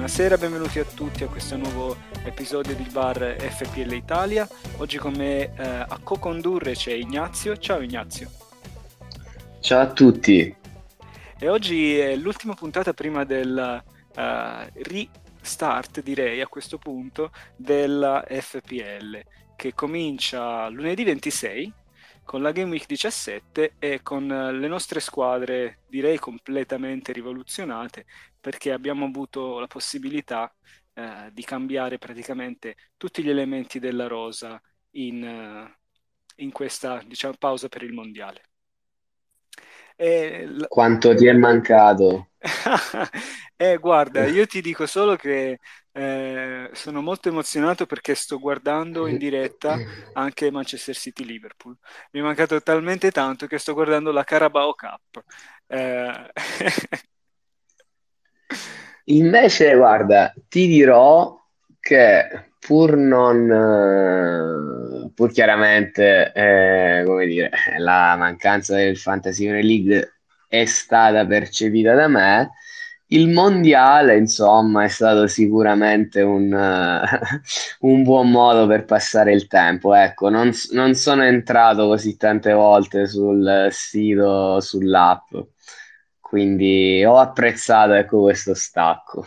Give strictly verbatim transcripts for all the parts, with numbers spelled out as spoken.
Buonasera, benvenuti a tutti a questo nuovo episodio di Bar F P L Italia. Oggi con me eh, a co-condurre c'è Ignazio. Ciao Ignazio. Ciao a tutti. E oggi è l'ultima puntata prima del eh, restart, direi a questo punto, della F P L, che comincia lunedì ventisei con la Game Week diciassette e con eh, le nostre squadre, direi completamente rivoluzionate, perché abbiamo avuto la possibilità eh, di cambiare praticamente tutti gli elementi della rosa in, eh, in questa, diciamo, pausa per il mondiale. E l- Quanto ti è mancato? Eh, guarda, io ti dico solo che eh, sono molto emozionato perché sto guardando in diretta anche Manchester City-Liverpool. Mi è mancato talmente tanto che sto guardando la Carabao Cup. Eh, Invece, guarda, ti dirò che pur non, eh, pur chiaramente, eh, come dire, la mancanza del Fantasy Premier League è stata percepita da me, il mondiale, insomma, è stato sicuramente un, eh, un buon modo per passare il tempo. Ecco, non, s- non sono entrato così tante volte sul sito, sull'app, quindi ho apprezzato, ecco, questo stacco.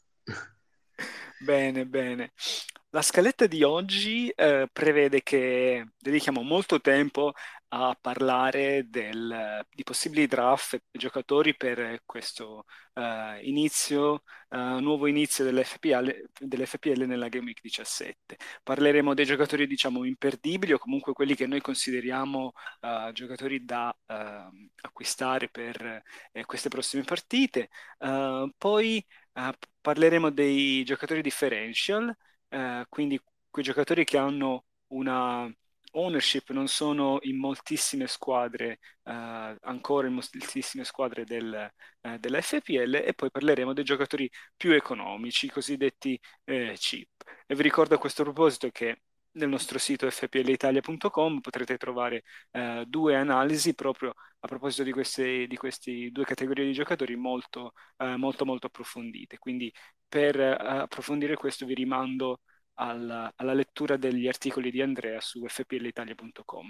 Bene, bene. La scaletta di oggi eh, prevede che dedichiamo molto tempo a parlare del- di possibili draft e giocatori per questo eh, inizio, eh, nuovo inizio dell'F P L, dell'F P L nella Game Week diciassette. Parleremo dei giocatori, diciamo, imperdibili o comunque quelli che noi consideriamo eh, giocatori da eh, acquistare per eh, queste prossime partite. Eh, poi eh, parleremo dei giocatori differential, eh, quindi quei giocatori che hanno una ownership, non sono in moltissime squadre, eh, ancora in moltissime squadre del, eh, della F P L, e poi parleremo dei giocatori più economici, i cosiddetti eh, cheap. E vi ricordo a questo proposito che nel nostro sito f p l italia punto com potrete trovare eh, due analisi proprio a proposito di queste, di queste due categorie di giocatori molto, eh, molto, molto approfondite. Quindi per eh, approfondire questo vi rimando alla, alla lettura degli articoli di Andrea su f p l italia punto com.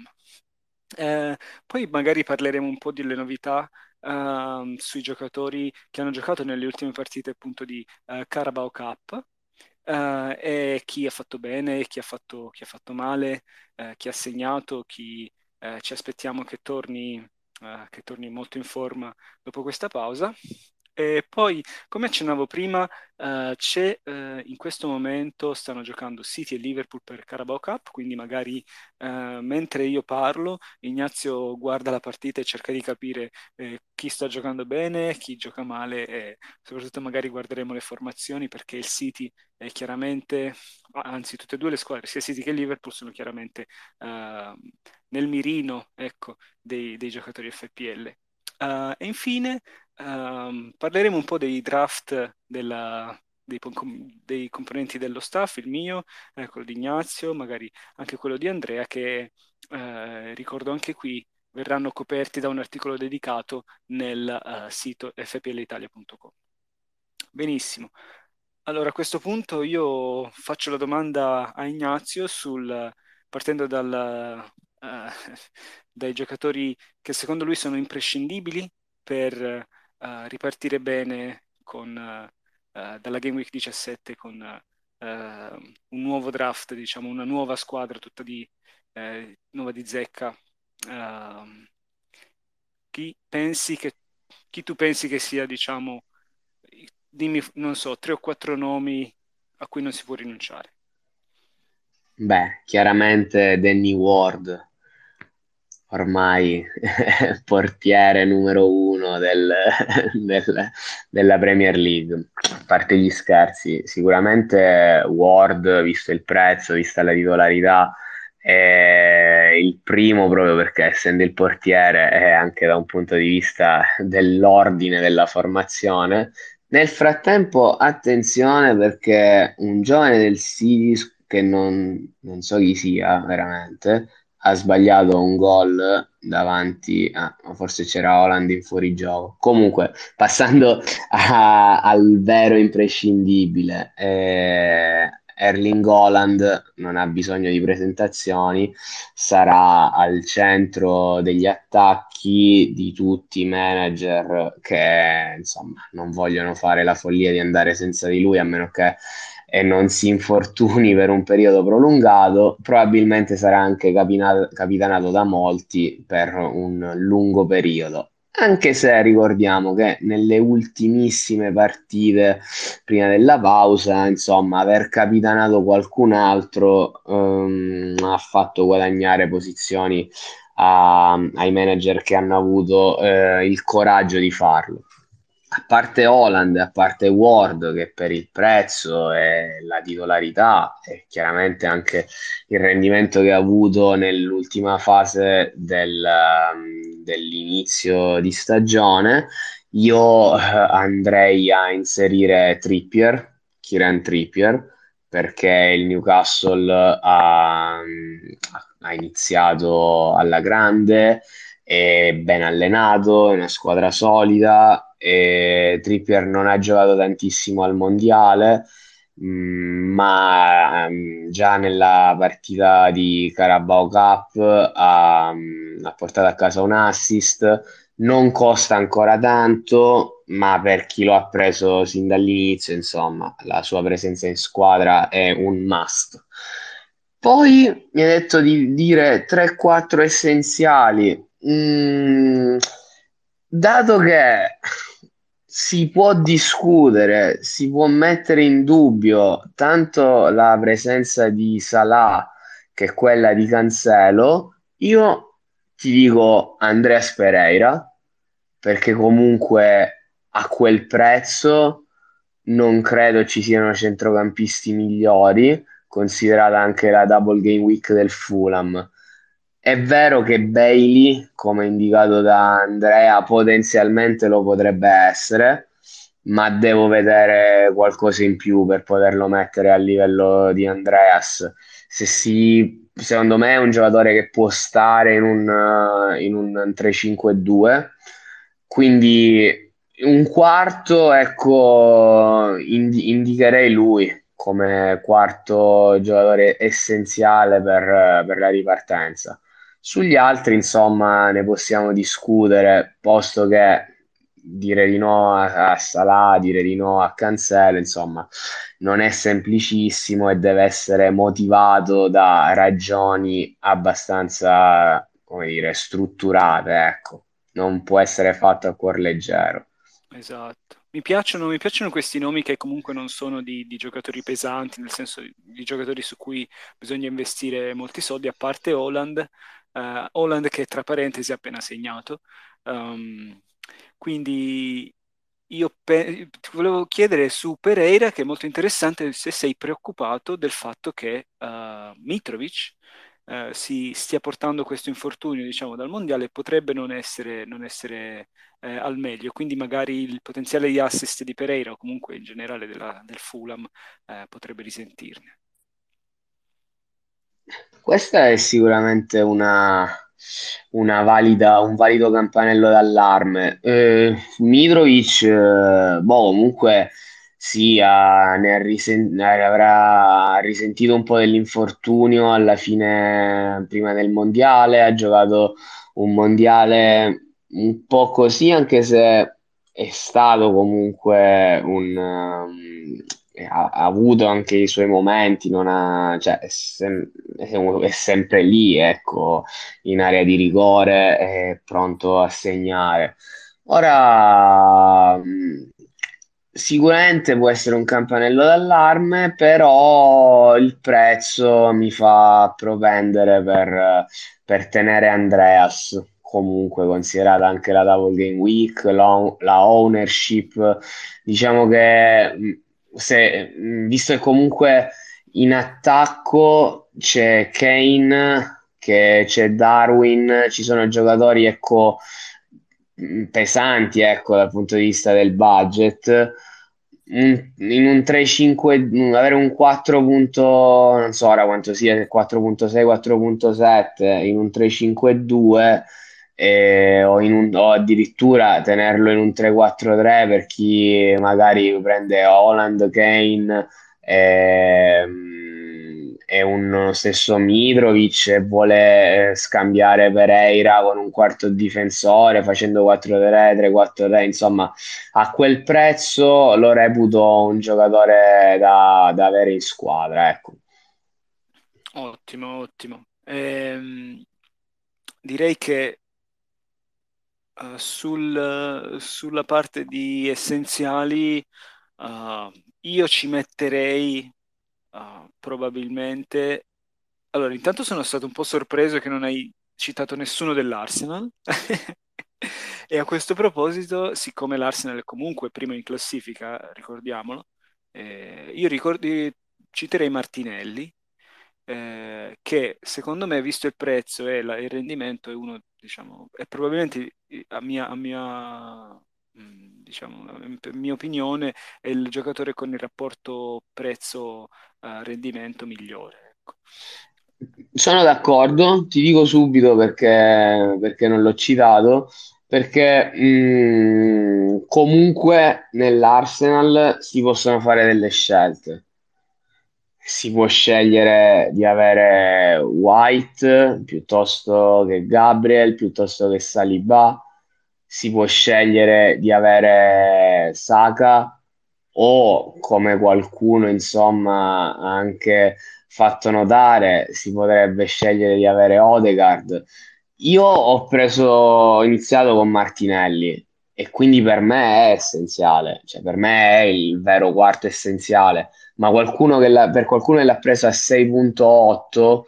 Eh, poi magari parleremo un po' delle novità ehm, sui giocatori che hanno giocato nelle ultime partite appunto di eh, Carabao Cup, eh, e chi ha fatto bene, chi ha fatto, chi ha fatto male, eh, chi ha segnato, chi eh, ci aspettiamo che torni, eh, che torni molto in forma dopo questa pausa. E poi, come accennavo prima, eh, c'è eh, in questo momento stanno giocando City e Liverpool per Carabao Cup, quindi magari eh, mentre io parlo, Ignazio guarda la partita e cerca di capire eh, chi sta giocando bene, chi gioca male, e soprattutto magari guarderemo le formazioni perché il City è chiaramente, anzi tutte e due le squadre, sia City che Liverpool, sono chiaramente eh, nel mirino, ecco, dei, dei giocatori F P L. Eh, e infine ehm, parleremo un po' dei draft della- dei, com- dei componenti dello staff, il mio, eh, quello di Ignazio, magari anche quello di Andrea, che eh, ricordo anche qui verranno coperti da un articolo dedicato nel eh, sito f p l italia punto com. Benissimo. Allora, a questo punto io faccio la domanda a Ignazio sul, partendo dal, eh, dai giocatori che secondo lui sono imprescindibili per eh, ripartire bene con, eh, eh, dalla Game Week diciassette con eh, un nuovo draft, diciamo, una nuova squadra tutta di, eh, nuova di zecca. Ehm, chi pensi che, chi tu pensi che sia, diciamo, dimmi, non so, tre o quattro nomi a cui non si può rinunciare. Beh, chiaramente Danny Ward, ormai portiere numero uno del- del- della Premier League. A parte gli scherzi, sicuramente Ward, visto il prezzo, vista la titolarità, è il primo proprio perché essendo il portiere e anche da un punto di vista dell'ordine della formazione. Nel frattempo, attenzione perché un giovane del City che non, non so chi sia veramente, ha sbagliato un gol davanti a, forse c'era Haaland in fuorigioco. Comunque, passando a- al vero imprescindibile, eh, Erling Haaland non ha bisogno di presentazioni, sarà al centro degli attacchi di tutti i manager che insomma non vogliono fare la follia di andare senza di lui, a meno che e non si infortuni per un periodo prolungato. Probabilmente sarà anche capina- capitanato da molti per un lungo periodo. Anche se ricordiamo che nelle ultimissime partite prima della pausa, insomma, aver capitanato qualcun altro ehm, ha fatto guadagnare posizioni a- ai manager che hanno avuto eh, il coraggio di farlo. A parte Holland, a parte Ward, che per il prezzo e la titolarità e chiaramente anche il rendimento che ha avuto nell'ultima fase del, um, dell'inizio di stagione, io eh, andrei a inserire Trippier, Kieran Trippier, perché il Newcastle ha, ha iniziato alla grande, è ben allenato, è una squadra solida. E Trippier non ha giocato tantissimo al mondiale, mh, ma ehm, già nella partita di Carabao Cup ha, mh, ha portato a casa un assist. Non costa ancora tanto, ma per chi lo ha preso sin dall'inizio, insomma, la sua presenza in squadra è un must. Poi mi ha detto di dire tre quattro essenziali. Mm, dato che si può discutere, si può mettere in dubbio tanto la presenza di Salah che quella di Cancelo, io ti dico Andreas Pereira, perché comunque a quel prezzo non credo ci siano centrocampisti migliori, considerata anche la double game week del Fulham. È vero che Bailey, come indicato da Andrea, potenzialmente lo potrebbe essere, ma devo vedere qualcosa in più per poterlo mettere a livello di Andreas. Se si, secondo me è un giocatore che può stare in un, eh, in un tre cinque due, quindi un quarto, ecco, indi- indicherei lui come quarto giocatore essenziale per, per la ripartenza. Sugli altri, insomma, ne possiamo discutere, posto che dire di no a, a Salah, dire di no a Cancelo, insomma, non è semplicissimo e deve essere motivato da ragioni abbastanza, come dire, strutturate, ecco. Non può essere fatto a cuor leggero. Esatto. Mi piacciono, mi piacciono questi nomi che comunque non sono di, di giocatori pesanti, nel senso di, di giocatori su cui bisogna investire molti soldi, a parte Holland, eh, Holland che tra parentesi ha appena segnato. Um, quindi io pe- ti volevo chiedere su Pereira, che è molto interessante, se sei preoccupato del fatto che eh, Mitrovic eh, si stia portando questo infortunio, diciamo, dal mondiale e potrebbe non essere, non essere eh, al meglio. Quindi magari il potenziale di assist di Pereira o comunque in generale della- del Fulham eh, potrebbe risentirne. Questa è sicuramente una, una valida, un valido campanello d'allarme. Eh, Mitrovic, eh, boh, comunque sì, ha- ne ha risen- ne avrà risentito un po' dell'infortunio alla fine, prima del mondiale. Ha giocato un mondiale un po' così, anche se è stato comunque un, um, ha, ha avuto anche i suoi momenti, non ha, cioè, è, sem- è un- è sempre lì, ecco, in area di rigore, è pronto a segnare. Ora, mh, sicuramente può essere un campanello d'allarme, però il prezzo mi fa propendere per, per tenere Andreas. Comunque, considerata anche la Double Game Week, la, la ownership, diciamo che mh, se, mh, visto che comunque in attacco c'è Kane, che c'è Darwin, ci sono giocatori, ecco, mh, pesanti, ecco, dal punto di vista del budget. un- in un tre cinque, avere un quattro. punto- non so ora quanto sia, quattro punto sei, quattro punto sette in un tre cinque due, eh, o, in un- o addirittura tenerlo in un tre quattro tre per chi magari prende Holland, Kane, ehm, e uno stesso Mitrovic e vuole eh, scambiare Pereira con un quarto difensore facendo quattro tre, tre quattro tre, insomma a quel prezzo lo reputo un giocatore da, da avere in squadra, ecco. Ottimo, ottimo. Ehm, direi che eh, sul- sulla parte di essenziali, eh, io ci metterei eh, probabilmente. Allora, intanto sono stato un po' sorpreso che non hai citato nessuno dell'Arsenal. E a questo proposito, siccome l'Arsenal è comunque primo in classifica, ricordiamolo, eh, io ricordi- citerei Martinelli, eh, che secondo me, visto il prezzo e la- il rendimento, è uno, diciamo, è probabilmente eh, a mia, a mia, mh, diciamo, a mia opinione, è il giocatore con il rapporto prezzo-rendimento migliore. Ecco. Sono d'accordo, ti dico subito perché, perché non l'ho citato, perché mh, comunque nell'Arsenal si possono fare delle scelte. Si può scegliere di avere White piuttosto che Gabriel, piuttosto che Saliba, si può scegliere di avere Saka o, come qualcuno insomma ha anche fatto notare, si potrebbe scegliere di avere Odegaard. Io ho preso, ho iniziato con Martinelli e quindi per me è essenziale, cioè per me è il vero quarto essenziale, ma qualcuno che l'ha- per qualcuno che l'ha preso a sei virgola otto,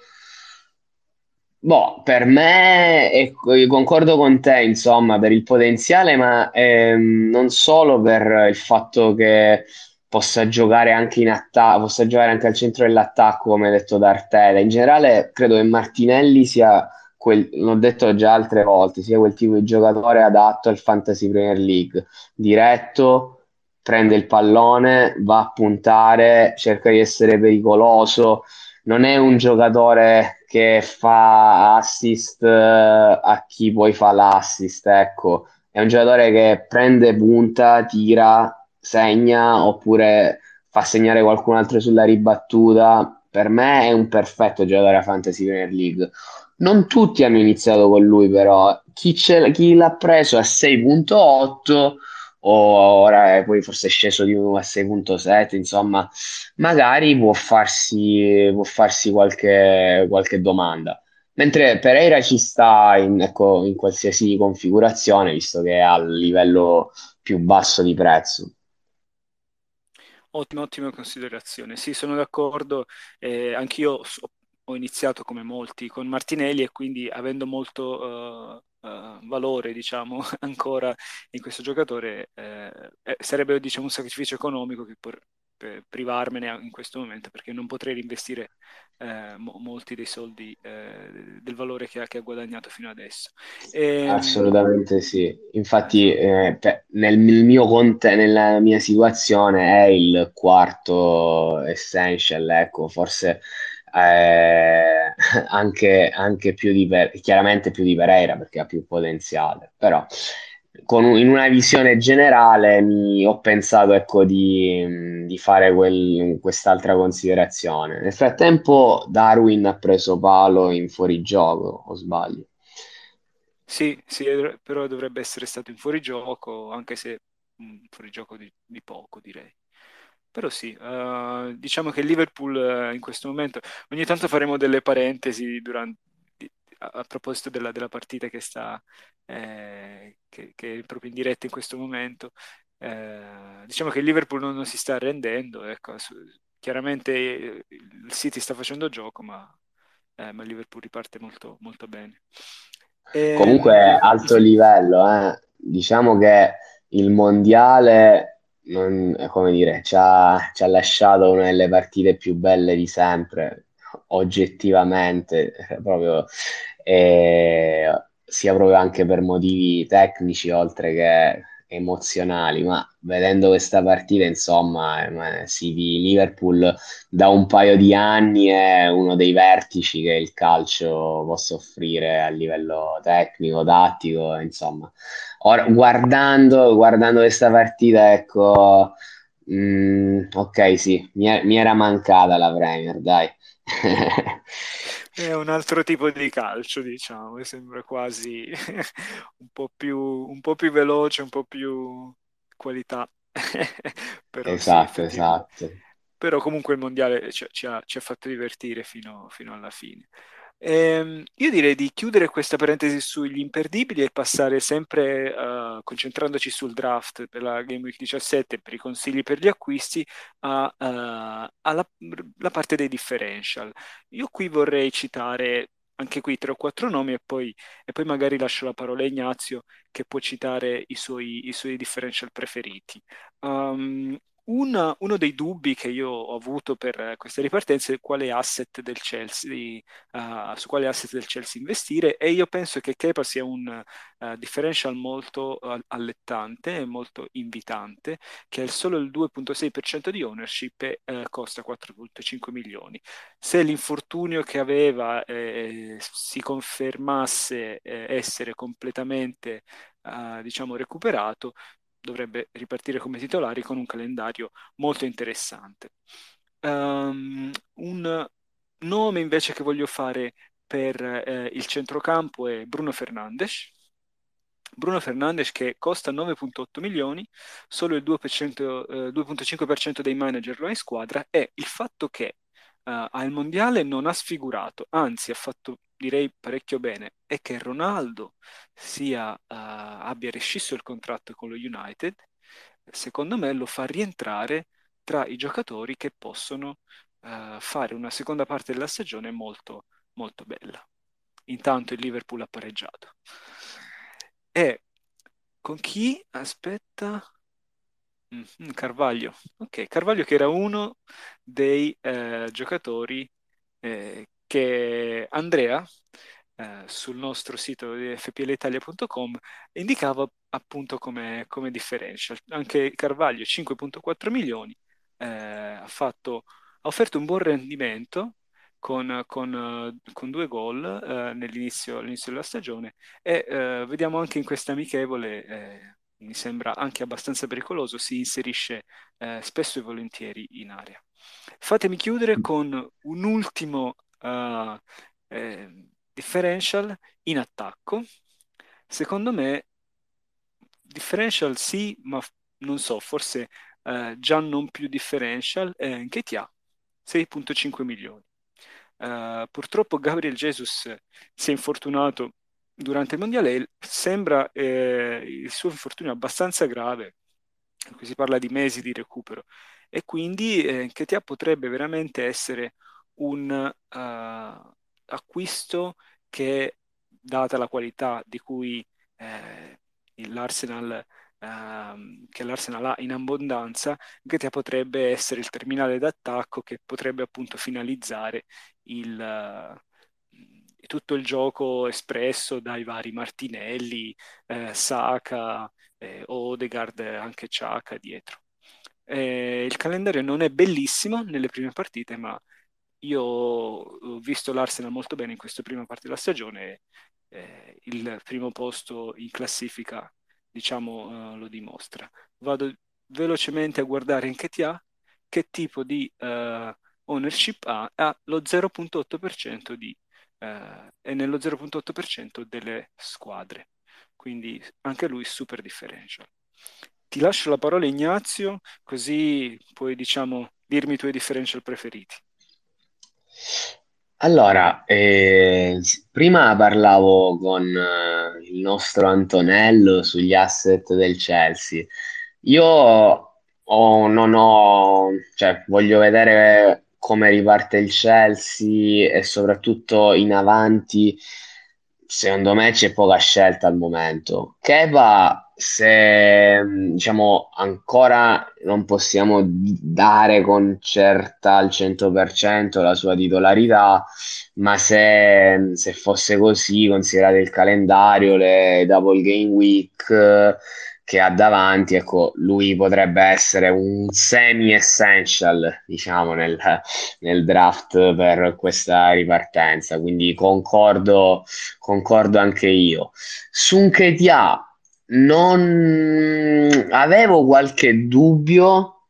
boh, per me, ecco, io concordo con te, insomma, per il potenziale, ma ehm, non solo per il fatto che possa giocare anche in attacco, possa giocare anche al centro dell'attacco, come detto da Arteta. In generale, credo che Martinelli sia quel, l'ho detto già altre volte, sia quel tipo di giocatore adatto al Fantasy Premier League, diretto, prende il pallone, va a puntare, cerca di essere pericoloso, non è un giocatore che fa assist eh, a chi poi fa l'assist, ecco. È un giocatore che prende punta, tira, segna oppure fa segnare qualcun altro sulla ribattuta. Per me è un perfetto giocatore a Fantasy Premier League. Non tutti hanno iniziato con lui, però chi, ce- chi l'ha preso a sei virgola otto o ora è poi forse è sceso di uno a sei virgola sette, insomma, magari può farsi, può farsi qualche, qualche domanda. Mentre Pereira ci sta in, ecco, in qualsiasi configurazione, visto che è al livello più basso di prezzo. Ottima, ottima considerazione. Sì, sono d'accordo. Eh, anch'io s- ho iniziato come molti con Martinelli e quindi avendo molto eh, eh, valore, diciamo, ancora in questo giocatore, eh, eh, sarebbe, diciamo, un sacrificio economico che por- per privarmene in questo momento perché non potrei reinvestire eh, mo- molti dei soldi eh, del valore che ha, che ha guadagnato fino adesso. Ehm, Assolutamente sì. Infatti, esatto. eh, pe- nel, nel mio conte- nella mia situazione è il quarto essential, ecco, forse eh, anche, anche più di Per- chiaramente più di Pereira perché ha più potenziale, però con un- in una visione generale mi, ho pensato, ecco, di, di fare quel- quest'altra considerazione. Nel frattempo Darwin ha preso palo in fuorigioco, o sbaglio? Sì, sì, eh, però dovrebbe essere stato in fuorigioco, anche se un fuorigioco di, di poco, direi. Però sì, eh, diciamo che il Liverpool eh, in questo momento, ogni tanto faremo delle parentesi durante, di- a, a proposito della, della partita che sta, eh, che, che è proprio in diretta in questo momento. Eh, diciamo che il Liverpool non, non si sta arrendendo, ecco, su- chiaramente eh, il City sta facendo gioco, ma, eh, ma il Liverpool riparte molto, molto bene. Comunque Ehm, alto mhm. livello, eh. Diciamo che il mondiale, non- eh, come dire, ci ha, ci ha lasciato una delle partite più belle di sempre, oggettivamente, eh, proprio, eh, sia proprio anche per motivi tecnici, oltre che emozionali, ma vedendo questa partita, insomma, eh, ma City Liverpool da un paio di anni è uno dei vertici che il calcio possa offrire a livello tecnico, tattico, insomma. Ora, guardando, guardando questa partita, ecco, mm, ok, sì, mi, è- mi era mancata la Premier, dai. È un altro tipo di calcio, diciamo, e sembra quasi un po' più, un po' più veloce, un po' più qualità. Però sì, Esatto, effettivamente. esatto. Però comunque il mondiale ci, ci ha, ci ha fatto divertire fino, fino alla fine. Ehm, io direi di chiudere questa parentesi sugli imperdibili e passare sempre, eh, concentrandoci sul draft per la Game Week diciassette, per i consigli per gli acquisti, a, eh, alla la parte dei differential. Io qui vorrei citare anche qui tre o quattro nomi e poi, e poi magari lascio la parola a Ignazio che può citare i suoi, i suoi differential preferiti. Um, una- uno dei dubbi che io ho avuto per eh, queste ripartenze è quale asset del Chelsea, uh, su quale asset del Chelsea investire e io penso che Kepa sia un uh, differential molto uh, allettante e molto invitante, che è solo il due virgola sei per cento di ownership e uh, costa quattro virgola cinque milioni. Se l'infortunio che aveva eh, si confermasse eh, essere completamente eh, diciamo recuperato, dovrebbe ripartire come titolari con un calendario molto interessante. Um, un nome invece che voglio fare per eh, il centrocampo è Bruno Fernandes. Bruno Fernandes che costa nove virgola otto milioni, solo il due per cento, eh, due virgola cinque per cento dei manager lo ha in squadra e il fatto che eh, al mondiale non ha sfigurato, anzi ha fatto direi parecchio bene, è che Ronaldo sia, eh, abbia rescisso il contratto con lo United, secondo me lo fa rientrare tra i giocatori che possono eh, fare una seconda parte della stagione molto, molto bella. Intanto il Liverpool ha pareggiato. E con chi? Aspetta. Mhm, Carvaglio. Ok, Carvaglio che era uno dei eh, giocatori eh, che Andrea eh, sul nostro sito di f p l italia punto com indicava appunto come, come differential. Anche Carvaglio cinque virgola quattro milioni, eh, ha fatto, ha offerto un buon rendimento con, con, eh, con due gol eh, nell'inizio all'inizio della stagione e eh, vediamo anche in questa amichevole, eh, mi sembra anche abbastanza pericoloso, si inserisce eh, spesso e volentieri in area. Fatemi chiudere con un ultimo eh, eh, differential in attacco. Secondo me, differential sì, ma f- non so, forse eh, già non più differential, è Nketiah, sei virgola cinque milioni. Eh, purtroppo Gabriel Jesus si è infortunato durante il mondiale, sembra eh, il suo infortunio abbastanza grave, qui si parla di mesi di recupero, e quindi eh, Nketiah potrebbe veramente essere un eh, acquisto che, data la qualità di cui eh, l'Arsenal ehm, che l'Arsenal ha in abbondanza, Nketiah potrebbe essere il terminale d'attacco che potrebbe appunto finalizzare il, eh, tutto il gioco espresso dai vari Martinelli, eh, Saka, eh, Odegaard, anche Xhaka dietro. Eh, il calendario non è bellissimo nelle prime partite, ma io ho visto l'Arsenal molto bene in questa prima parte della stagione. Eh, il primo posto in classifica, diciamo, eh, lo dimostra. Vado velocemente a guardare in Nketiah che tipo di eh, ownership ha, ha lo zero virgola otto per cento di, eh, è nello zero virgola otto per cento delle squadre, quindi anche lui super differential. Ti lascio la parola Ignazio, così puoi, diciamo, dirmi i tuoi differential preferiti. Allora, eh, s- prima parlavo con eh, il nostro Antonello sugli asset del Chelsea. Io ho- non ho, cioè, voglio vedere come riparte il Chelsea e soprattutto in avanti, secondo me c'è poca scelta al momento. Kepa, se mh, diciamo ancora non possiamo dare con certa al cento per cento la sua titolarità, ma se, se fosse così, considerate il calendario, le double game week, eh, che ha davanti, ecco, lui potrebbe essere un semi-essential, diciamo, nel, nel draft per questa ripartenza. Quindi concordo, concordo anche io. Su Nketiah non avevo qualche dubbio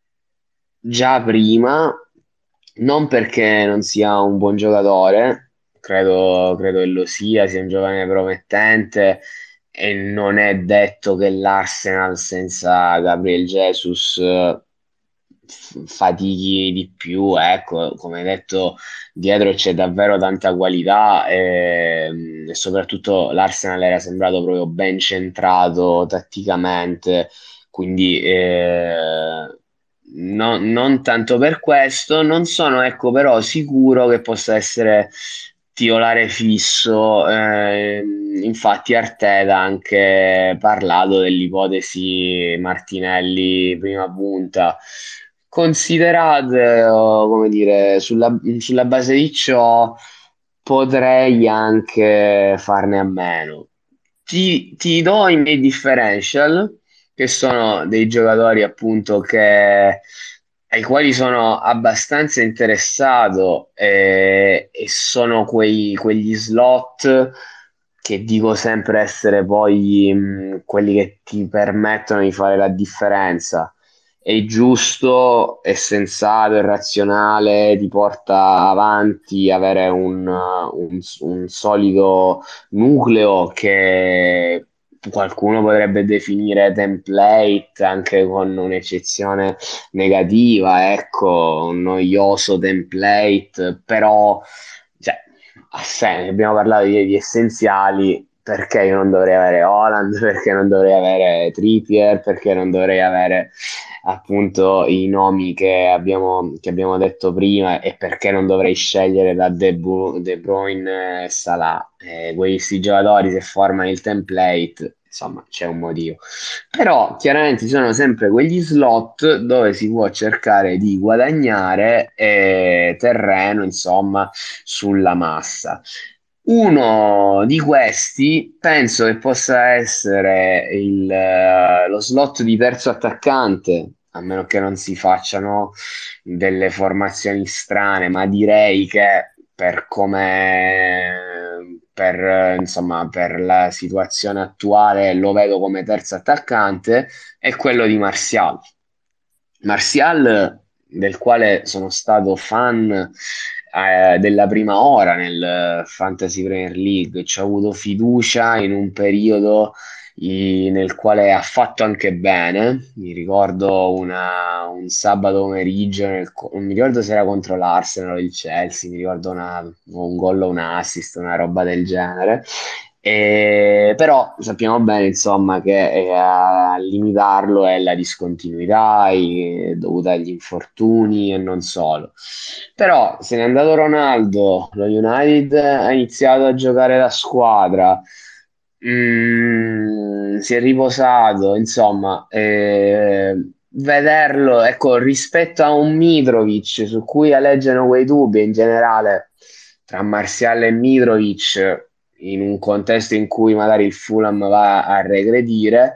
già prima, non perché non sia un buon giocatore, credo, credo che lo sia, sia un giovane promettente e non è detto che l'Arsenal senza Gabriel Jesus eh, f- fatichi di più, ecco, come hai detto, dietro c'è davvero tanta qualità e, e soprattutto l'Arsenal era sembrato proprio ben centrato tatticamente, quindi eh, no- non tanto per questo, non sono ecco però sicuro che possa essere titolare fisso. Ehm, infatti Arteta ha anche parlato dell'ipotesi Martinelli prima punta. Considerate, oh, come dire, sulla, sulla base di ciò potrei anche farne a meno. Ti, ti do i miei differential, che sono dei giocatori appunto che, ai quali sono abbastanza interessato eh, e sono quei, quegli slot che dico sempre essere poi mh, quelli che ti permettono di fare la differenza. È giusto, è sensato, è razionale, ti porta avanti avere un, un un solido nucleo che qualcuno potrebbe definire template, anche con un'eccezione negativa, ecco, un noioso template, però cioè, ha senso, abbiamo parlato di, di essenziali. Perché io non dovrei avere Holland? Perché non dovrei avere Trippier? Perché non dovrei avere appunto i nomi che abbiamo, che abbiamo detto prima? E perché non dovrei scegliere da De, Bu- De Bruyne e Salah? Eh, questi giocatori, se formano il template, insomma, c'è un motivo. Però chiaramente ci sono sempre quegli slot dove si può cercare di guadagnare eh, terreno, insomma, sulla massa. Uno di questi penso che possa essere il, eh, lo slot di terzo attaccante, a meno che non si facciano delle formazioni strane, ma direi che per come per, eh, insomma, per la situazione attuale lo vedo come terzo attaccante, è quello di Martial. Martial, del quale sono stato fan eh, della prima ora nel Fantasy Premier League, ci ho avuto fiducia in un periodo i- nel quale ha fatto anche bene. Mi ricordo una- un sabato pomeriggio, nel co- non mi ricordo se era contro l'Arsenal o il Chelsea, mi ricordo una- un gol o un assist, una roba del genere. E- però sappiamo bene, insomma, che eh, a limitarlo è la discontinuità i- dovuta agli infortuni e non solo. Però se n'è andato Ronaldo, lo United ha iniziato a giocare da squadra, mm, si è riposato, insomma, eh, vederlo, ecco, rispetto a un Mitrovic su cui aleggiano quei dubbi in generale tra Martial e Mitrovic in un contesto in cui magari il Fulham va a regredire,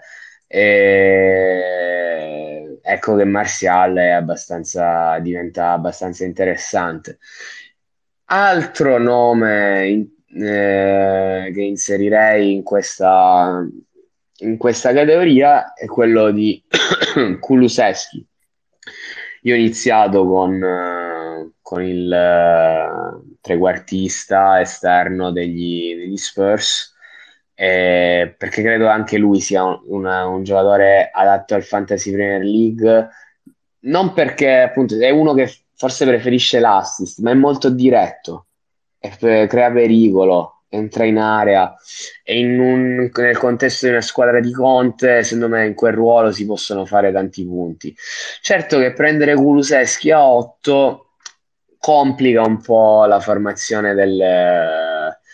e ecco che Martial è abbastanza, diventa abbastanza interessante. Altro nome in- eh, che inserirei in questa, in questa categoria è quello di Kulusevski. Io ho iniziato con, eh, con il eh, trequartista esterno degli, degli Spurs, eh, perché credo anche lui sia un, una- un giocatore adatto al Fantasy Premier League, non perché appunto è uno che forse preferisce l'assist, ma è molto diretto, e f- crea pericolo, entra in area e in un- nel contesto di una squadra di Conte, secondo me in quel ruolo si possono fare tanti punti. Certo che prendere Kulusevski a otto complica un po' la formazione del,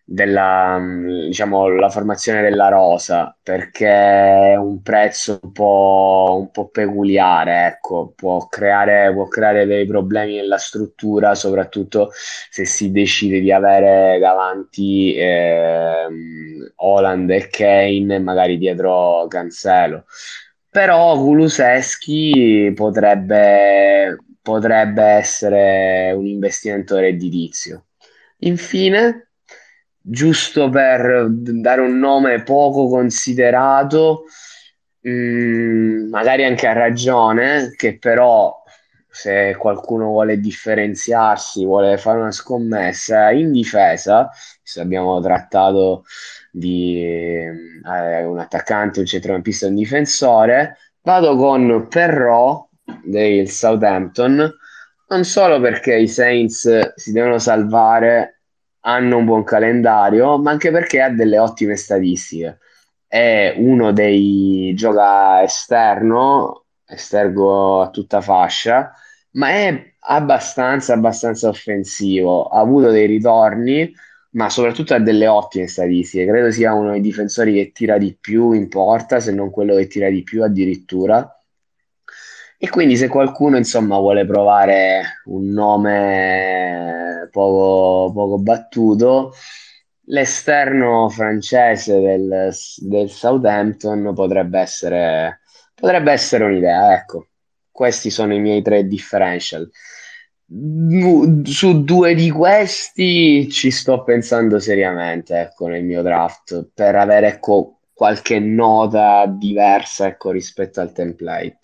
della, mh, diciamo, la formazione della rosa, perché è un prezzo un po', un po' peculiare, ecco, può creare, può creare dei problemi nella struttura, soprattutto se si decide di avere davanti ehm, Haaland e Kane, magari dietro Cancelo. Però Kulusevski potrebbe, potrebbe essere un investimento redditizio. Infine, giusto per dare un nome poco considerato, mh, magari anche a ragione, che però se qualcuno vuole differenziarsi, vuole fare una scommessa in difesa, se abbiamo trattato di eh, un attaccante, un centrocampista e un difensore, vado con Perrault del Southampton, non solo perché i Saints si devono salvare, hanno un buon calendario, ma anche perché ha delle ottime statistiche. È uno dei gioca esterno, estergo a tutta fascia, ma è abbastanza, abbastanza offensivo. Ha avuto dei ritorni, ma soprattutto ha delle ottime statistiche. Credo sia uno dei difensori che tira di più in porta, se non quello che tira di più addirittura. E quindi se qualcuno, insomma, vuole provare un nome poco, poco battuto, l'esterno francese del, del Southampton potrebbe essere, potrebbe essere un'idea, ecco. Questi sono i miei tre differential. Du- Su due di questi ci sto pensando seriamente, ecco, nel mio draft, per avere, ecco, qualche nota diversa, ecco, rispetto al template.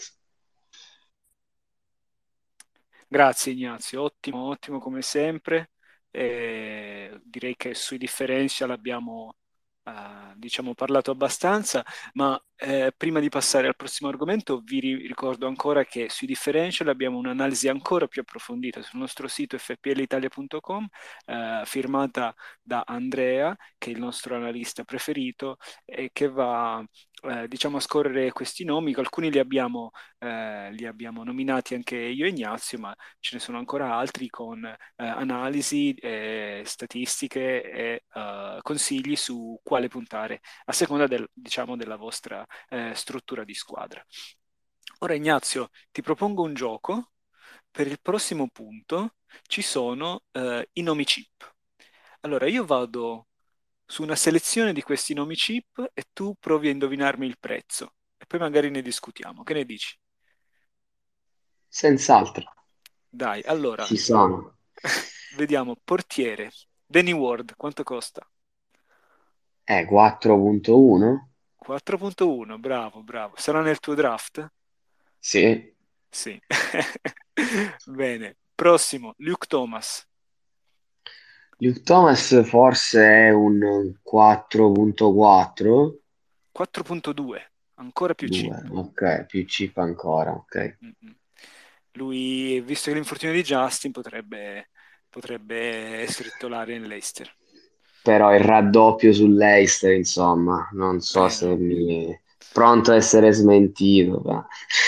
Grazie Ignazio, ottimo, ottimo come sempre. Eh, direi che sui differential abbiamo eh, diciamo, parlato abbastanza, ma eh, prima di passare al prossimo argomento vi ri- ricordo ancora che sui differential abbiamo un'analisi ancora più approfondita sul nostro sito f p l italia punto com, eh, firmata da Andrea, che è il nostro analista preferito, e che va eh, diciamo, a scorrere questi nomi. Alcuni li abbiamo, eh, li abbiamo nominati anche io e Ignazio, ma ce ne sono ancora altri con eh, analisi, eh, statistiche e eh, consigli su quale puntare a seconda del- diciamo, della vostra eh, struttura di squadra. Ora, Ignazio, ti propongo un gioco. Per il prossimo punto ci sono eh, i nomi chip. Allora, io vado su una selezione di questi nomi chip e tu provi a indovinarmi il prezzo. E poi magari ne discutiamo. Che ne dici? Senz'altro, Dai, allora, ci sono. vediamo. Portiere. Danny Ward, quanto costa? Eh, quattro punto uno? quattro virgola uno, bravo, bravo. Sarà nel tuo draft? Sì. Sì. Bene. Prossimo, Luke Thomas. Luke Thomas forse è un quattro punto quattro? quattro virgola due, ancora più cheap. due, ok, più chip ancora, ok. Mm-mm. Lui, visto che l'infortunio di Justin, potrebbe, potrebbe essere titolare in Leicester. Però il raddoppio sull'Eister, insomma, non so Eh se no. mi... Pronto a essere smentito, ma...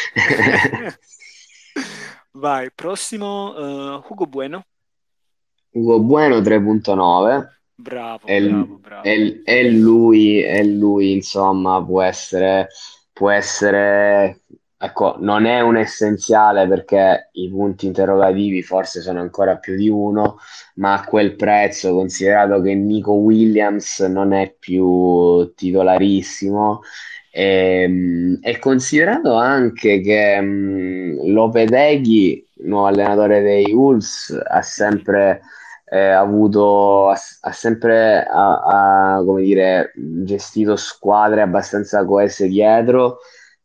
Vai, prossimo, eh, Hugo Bueno. Ugo Bueno tre punto nove. Bravo, E, bravo, bravo. e- e lui, e lui, insomma, può essere, può essere, ecco, non è un essenziale perché i punti interrogativi forse sono ancora più di uno, ma a quel prezzo, considerato che Nico Williams non è più titolarissimo, e, e considerato anche che mh, Lopetegui, nuovo allenatore dei Wolves, ha Mhm. sempre eh, ha avuto, ha, ha sempre ha- ha, come dire, gestito squadre abbastanza coese dietro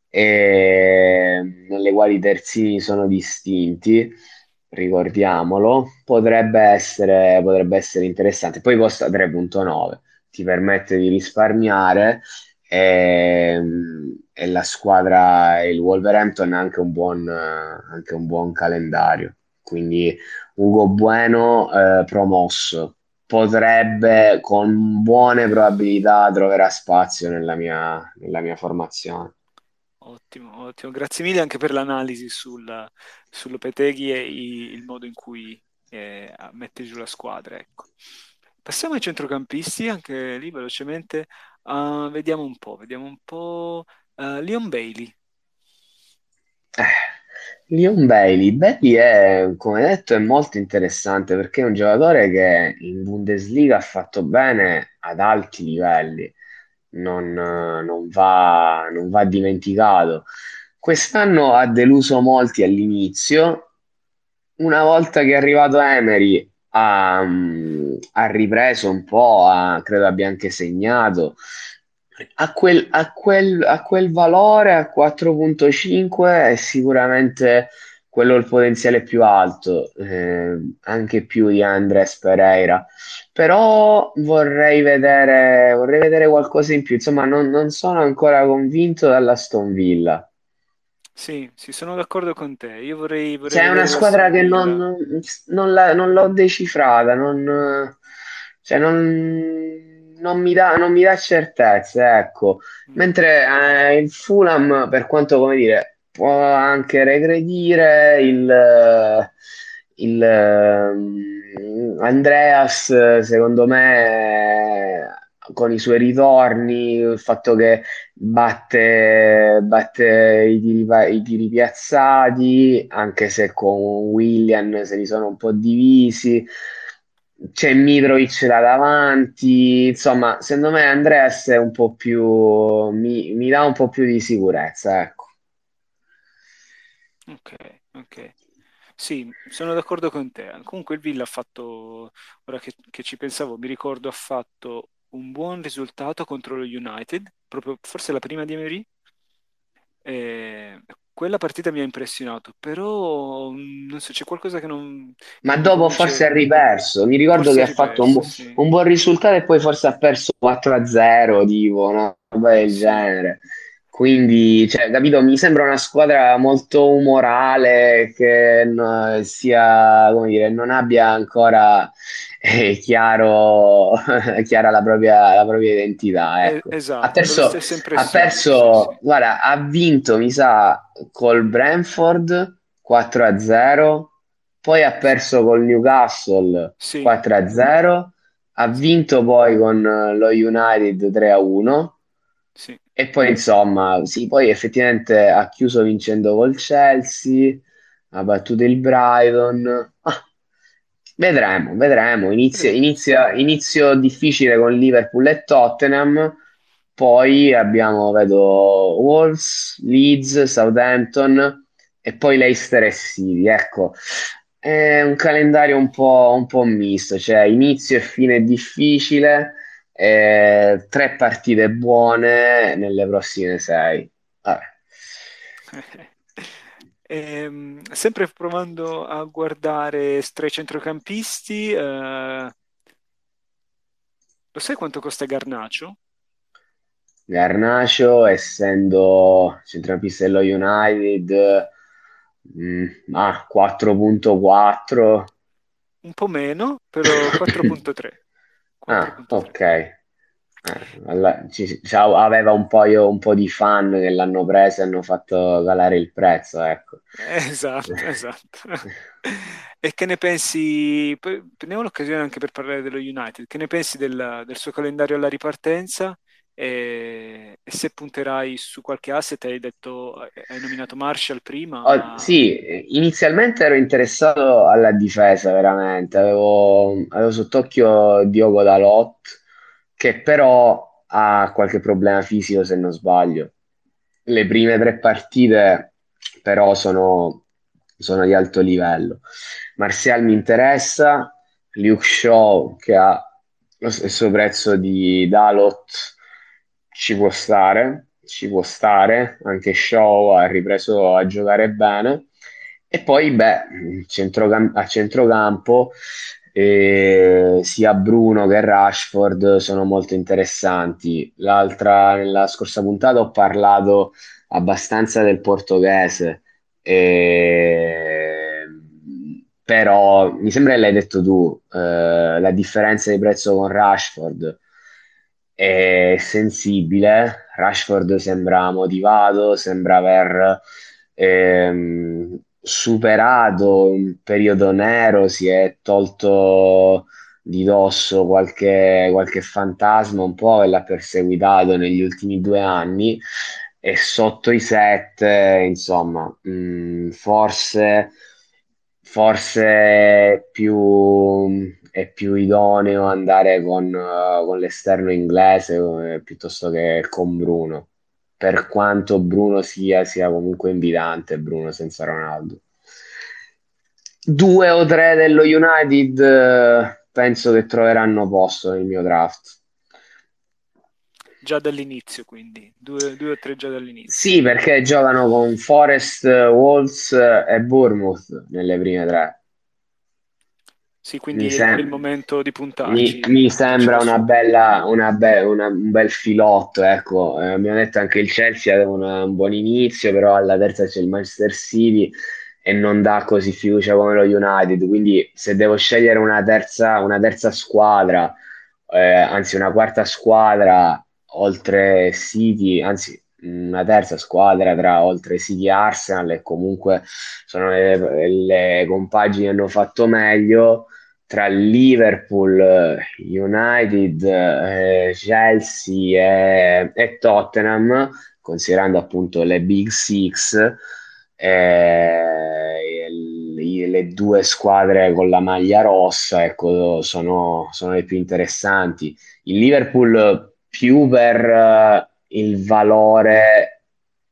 e nelle quali i terzini sono distinti, ricordiamolo, potrebbe essere, potrebbe essere interessante. Poi costa tre virgola nove, ti permette di risparmiare e, e la squadra, il Wolverhampton ha anche un buon, anche un buon calendario. Quindi Ugo Bueno eh, promosso. Potrebbe, con buone probabilità, troverà spazio nella mia, nella mia formazione. Ottimo, ottimo. Grazie mille anche per l'analisi sul, su Lopetegui e i- il modo in cui eh, mette giù la squadra, ecco. Passiamo ai centrocampisti, anche lì velocemente. Ah, vediamo un po', vediamo un po'. Eh, Leon Bailey. Eh, Leon Bailey, Bailey è, come detto, è molto interessante perché è un giocatore che in Bundesliga ha fatto bene ad alti livelli, non, eh, non va, non va dimenticato. Quest'anno ha deluso molti all'inizio, una volta che è arrivato Emery ha, mm, ha ripreso un po', ha- credo abbia anche segnato. A quel, a quel- a quel valore, a quattro virgola cinque, è sicuramente quello il potenziale più alto, eh, anche più di Andres Pereira. Però vorrei vedere, vorrei vedere qualcosa in più. Insomma, non, non sono ancora convinto dalla Aston Villa. Sì, sì, sono d'accordo con te. Io vorrei, vorrei C'è una vedere squadra l'Aston che non, Villa. non la- non l'ho decifrata, non, cioè non, non mi dà, non mi dà certezze, ecco. Mm. Mentre eh, il Fulham, per quanto, come dire, può anche regredire, il, il, ehm, Andreas, secondo me, con i suoi ritorni, il fatto che batte, batte i tiri, pa- i tiri piazzati, anche se con Willian se li sono un po' divisi. C'è Mitrovic là davanti, insomma, secondo me Andreas è un po' più, mi, mi dà un po' più di sicurezza, ecco. Ok, ok. Sì, sono d'accordo con te. Comunque il Villa ha fatto, ora che, che ci pensavo, mi ricordo ha fatto un buon risultato contro lo United, proprio forse la prima di Emery. E quella partita mi ha impressionato, però mm, non so, c'è qualcosa che non, che Ma non mi dopo forse ha convince. riperso. Mi ricordo Forse che ha ha fatto un, bu- riperso, sì. un buon risultato e poi forse ha perso quattro a zero, tipo, una roba del Sì. genere. Quindi, cioè, capito, mi sembra una squadra molto umorale che no, sia, come dire, non abbia ancora eh, chiaro, chiara la propria, la propria identità, Eh, ecco. Ha esatto, le perso, stesse ha impressioni, sì, sì. perso, guarda, ha vinto, mi sa, col Brentford quattro a zero, poi ha perso col Newcastle Sì, quattro a zero, ha sì, vinto poi con eh, lo United tre a uno sì. e poi insomma, sì, poi effettivamente ha chiuso vincendo col Chelsea, ha battuto il Brighton. Ah, vedremo, vedremo. Inizia, Vedremo, sì. inizia- inizio difficile con Liverpool e Tottenham, poi abbiamo, vedo, Wolves, Leeds, Southampton e poi Leicester e City. Ecco, è un calendario un po', un po' misto, cioè inizio e fine difficile, eh, tre partite buone nelle prossime sei. Vabbè. Ehm, sempre provando a guardare tra i centrocampisti, eh, lo sai quanto costa Garnacio? Garnacio, essendo centrocampista dello United, mm, ah, quattro virgola quattro. Un po' meno, però quattro virgola tre. Ah, quattro virgola tre. ok. Eh, alla- ci- ci- aveva un po', io, un po' di fan che l'hanno preso e hanno fatto calare il prezzo, ecco. Esatto, esatto. E che ne pensi? Poi prendiamo l'occasione anche per parlare dello United. Che ne pensi del, del suo calendario alla ripartenza? E, e se punterai su qualche asset, hai detto, hai nominato Marshall prima, Oh, ma sì, inizialmente ero interessato alla difesa, veramente. Avevo, avevo sott'occhio Diogo Dalot, che però ha qualche problema fisico, se non sbaglio. Le prime tre partite, però, sono, sono di alto livello. Martial mi interessa, Luke Shaw, che ha lo stesso prezzo di Dalot, ci può stare, ci può stare, anche Shaw ha ripreso a giocare bene. E poi, beh, centrocam- a centrocampo eh, sia Bruno che Rashford sono molto interessanti. L'altra, nella scorsa puntata ho parlato abbastanza del portoghese, eh, però mi sembra che l'hai detto tu, eh, la differenza di prezzo con Rashford è sensibile. Rashford sembra motivato, sembra aver ehm, superato un periodo nero, si è tolto di dosso qualche, qualche fantasma un po' e l'ha perseguitato negli ultimi due anni e sotto i sette, insomma, mh, forse, forse è più, è più idoneo andare con, eh, con l'esterno inglese eh, piuttosto che con Bruno, per quanto Bruno sia, sia comunque invidante, Bruno senza Ronaldo. Due o tre dello United eh, penso che troveranno posto nel mio draft. Già dall'inizio, quindi, due, due o tre già dall'inizio. Sì, perché giocano con Forest, Wolves e Bournemouth nelle prime tre. Sì, Mi, quindi è sem- il momento di mi- puntarci, mi puntarci sembra da una subito. bella, una be- una- un bel filotto, ecco. Eh, abbiamo detto anche il Chelsea aveva una- un buon inizio, però alla terza c'è il Manchester City e non dà così fiducia come lo United. Quindi se devo scegliere una terza, una terza squadra, eh, anzi una quarta squadra, oltre City, anzi una terza squadra tra oltre City e Arsenal, e comunque sono le, le compagini che hanno fatto meglio tra Liverpool, eh, United, eh, Chelsea e, e Tottenham, considerando appunto le Big Six, eh, le, le due squadre con la maglia rossa, ecco, sono, sono le più interessanti. Il Liverpool più per eh, il valore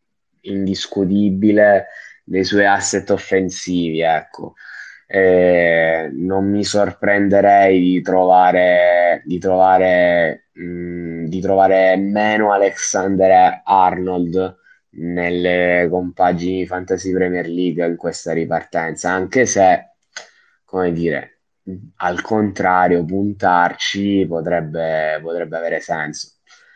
indiscutibile dei suoi asset offensivi, ecco. Eh, non mi sorprenderei di trovare, di trovare, mh, di trovare meno Alexander Arnold nelle compagini Fantasy Premier League in questa ripartenza, anche se, come dire, al contrario, puntarci potrebbe, potrebbe avere senso.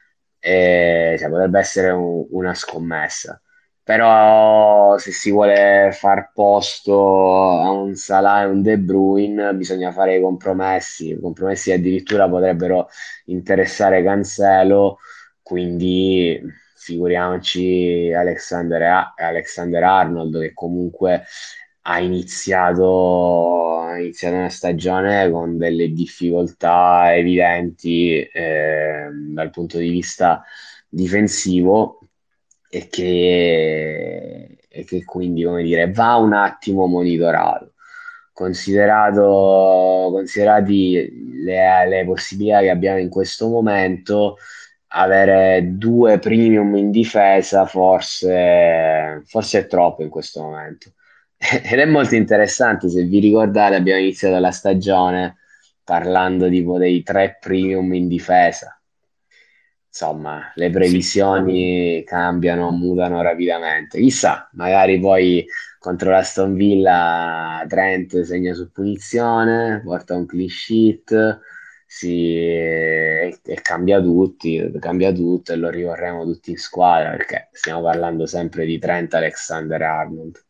E, cioè, potrebbe essere un- una scommessa. Però se si vuole far posto a un Salah e un De Bruyne bisogna fare i compromessi, i compromessi addirittura potrebbero interessare Cancelo, quindi figuriamoci Alexander, A- Alexander Arnold che comunque ha iniziato, ha iniziato una stagione con delle difficoltà evidenti eh, dal punto di vista difensivo e che, e che quindi, come dire, va un attimo monitorato. Considerato, considerati le, le possibilità che abbiamo in questo momento, avere due premium in difesa forse, forse è troppo in questo momento. Ed è molto interessante, se vi ricordate, abbiamo iniziato la stagione parlando tipo dei tre premium in difesa. Insomma, le Sì, previsioni cambiano, mutano rapidamente. Chissà, magari poi contro l'Aston Villa Trent segna su punizione, porta un clean sheet, si- e, e cambia tutti, cambia tutto e lo ricorremo tutti in squadra perché stiamo parlando sempre di Trent Alexander-Arnold.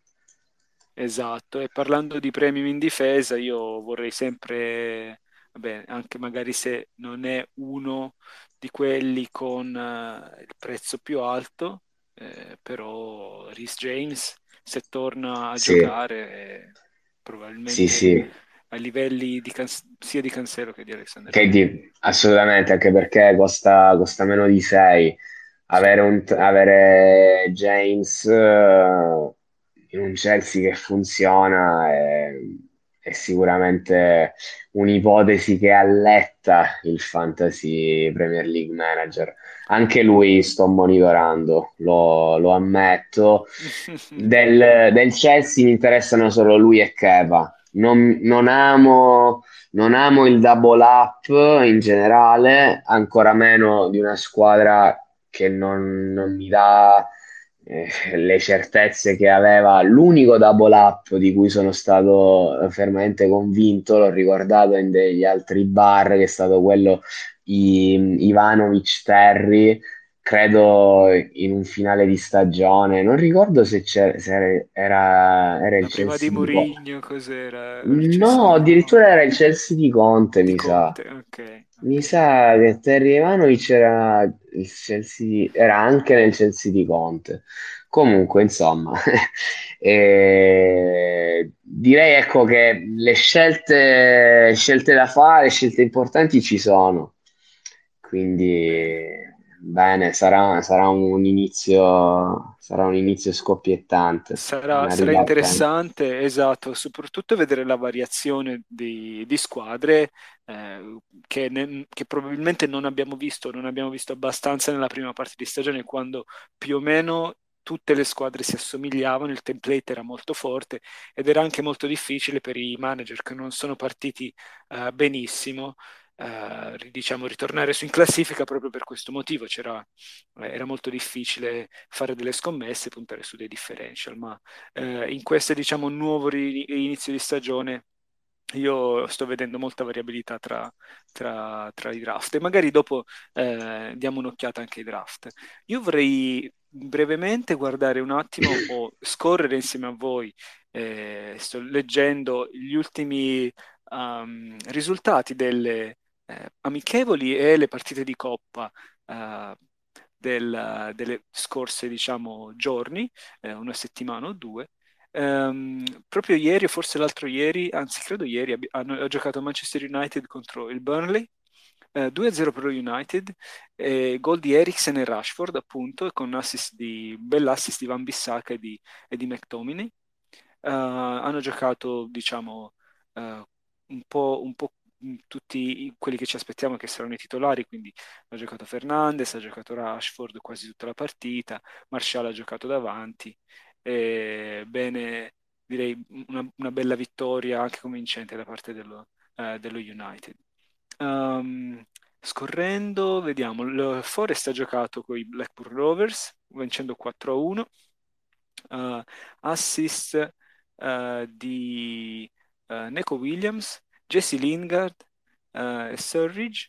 esatto. E parlando di premium in difesa, io vorrei sempre, vabbè, anche magari se non è uno di quelli con eh, il prezzo più alto, eh, però Reece James, se torna a Sì, giocare, eh, sì, probabilmente sì. a livelli di Can- sia di Cancelo che di Alexander Che Arnold. di- assolutamente, anche perché costa, costa meno di sei. Sì, Avere, un- avere James eh, in un Chelsea che funziona è, è sicuramente un'ipotesi che alletta il Fantasy Premier League Manager. Anche lui sto monitorando, lo, lo ammetto. Del, del Chelsea mi interessano solo lui e Kepa. Non, non amo non amo il double up in generale, ancora meno di una squadra che non, non mi dà eh, le certezze che aveva. L'unico double up di cui sono stato fermamente convinto, l'ho ricordato in degli altri bar, che è stato quello I- Ivanovic-Terry, credo in un finale di stagione. Non ricordo se, c'era, se era, era era il la prima di Chelsea di Conte. Mourinho, cos'era? Il Chelsea No, di, addirittura era il Chelsea di Conte, di mi sa. Conte, ok, Mi ok. sa che Terry Ivanovic era, il Chelsea di- era anche nel Chelsea di Conte. Comunque, insomma, eh, direi ecco che le scelte, scelte da fare, scelte importanti ci sono. Bene. Quindi, bene, sarà, sarà un inizio, sarà un inizio scoppiettante, Sarà, una sarà ribalta. interessante, esatto, soprattutto vedere la variazione di, di squadre eh, che, ne- che probabilmente non abbiamo visto, non abbiamo visto abbastanza nella prima parte di stagione, quando più o meno tutte le squadre si assomigliavano, il template era molto forte ed era anche molto difficile per i manager che non sono partiti eh, benissimo, eh, diciamo, ritornare su in classifica proprio per questo motivo. C'era, eh, era molto difficile fare delle scommesse, puntare su dei differential, ma eh, in questo, diciamo, nuovo ri- inizio di stagione io sto vedendo molta variabilità tra, tra- tra i draft e magari dopo eh, diamo un'occhiata anche ai draft. Io vorrei brevemente guardare un attimo o scorrere insieme a voi, eh, sto leggendo gli ultimi um, risultati delle eh, amichevoli e le partite di coppa eh, del- delle scorse, diciamo, giorni, eh, una settimana o due. Ehm, proprio ieri, o forse l'altro ieri, anzi credo ieri, abbi- hanno, ha giocato Manchester United contro il Burnley, eh, due a zero per lo United, e gol di Eriksen e Rashford appunto, e con assist di, bell'assist di Van Bissaka e di, e di McTominay. Eh, hanno giocato, diciamo, eh, un po', un po' tutti i- quelli che ci aspettiamo che saranno i titolari, quindi ha giocato Fernandes, ha giocato Rashford quasi tutta la partita, Martial ha giocato davanti, e bene, direi una, una bella vittoria anche convincente da parte dello, eh, dello United. Um, Scorrendo, vediamo, il Forest ha giocato con i Blackburn Rovers, vincendo quattro a uno. Uh, assist uh, di uh, Neco Williams, Jesse Lingard uh, e Surridge,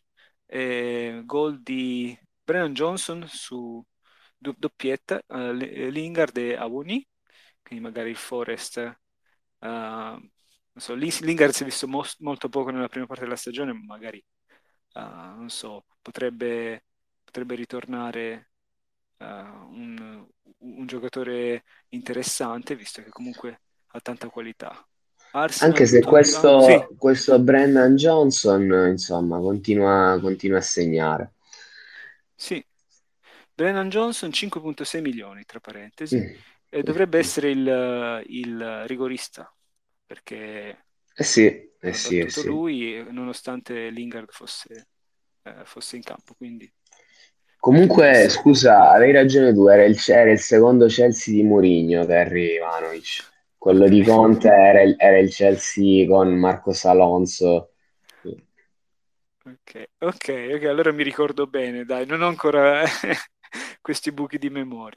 e gol di Brennan Johnson su do- doppietta, uh, Li- Lingard e Awoni, quindi magari il Forest, uh, non so, Lis- Lingard si è visto mos- molto poco nella prima parte della stagione, ma magari, uh, non so, potrebbe, potrebbe ritornare uh, un, un giocatore interessante, visto che comunque ha tanta qualità. Anche Arsenal, se Luton Town, sì, questo, questo Brennan Johnson, insomma, continua, continua a segnare. sì. Brennan Johnson cinque virgola sei milioni, tra parentesi, Mm. e dovrebbe essere il, il rigorista, perché Eh sì, eh ha sì, eh battuto sì. lui, nonostante Lingard fosse, eh, fosse in campo, quindi molto Comunque, interessante. scusa, avevi ragione tu, era il, era il secondo Chelsea di Mourinho, Terry Ivanovic. Quello Ok. di Conte era il, era il Chelsea con Marcos Alonso. Ok, ok, ok, allora mi ricordo bene, dai, non ho ancora questi buchi di memoria.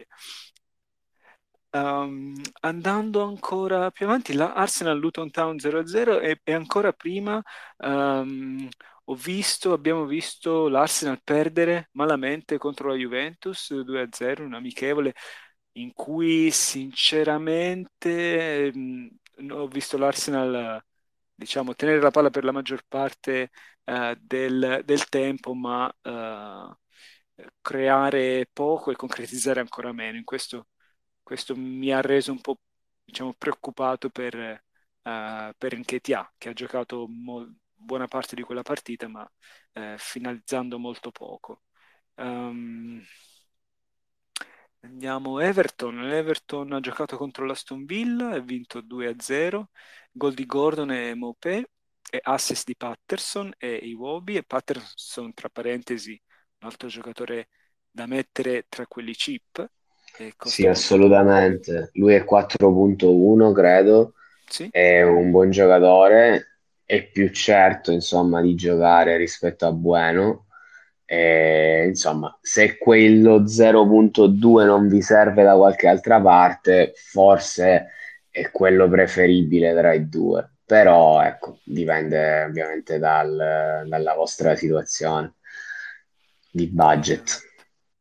Um, andando ancora più avanti, la Arsenal Luton Town zero a zero e, e ancora prima um, ho visto, abbiamo visto l'Arsenal perdere malamente contro la Juventus due a zero, un amichevole in cui sinceramente ehm, ho visto l'Arsenal, diciamo, tenere la palla per la maggior parte eh, del, del tempo, ma eh, creare poco e concretizzare ancora meno. In questo, questo mi ha reso un po', diciamo, preoccupato per, eh, per Nketiah, che ha giocato mo- buona parte di quella partita, ma eh, finalizzando molto poco. Ehm, Andiamo Everton. L'Everton ha giocato contro l'Aston Villa e ha vinto due a zero. Gol di Gordon e Mopé e assist di Patterson e Iwobi. E Patterson, tra parentesi, un altro giocatore da mettere tra quelli cheap e Sì, costa molto poco. assolutamente. Lui è quattro punto uno, credo, Sì, è un buon giocatore, è più certo, insomma, di giocare rispetto a Bueno. E, insomma, se quello zero punto due non vi serve da qualche altra parte, forse è quello preferibile tra i due. Però, ecco, dipende ovviamente dal- dalla vostra situazione di budget. esatto.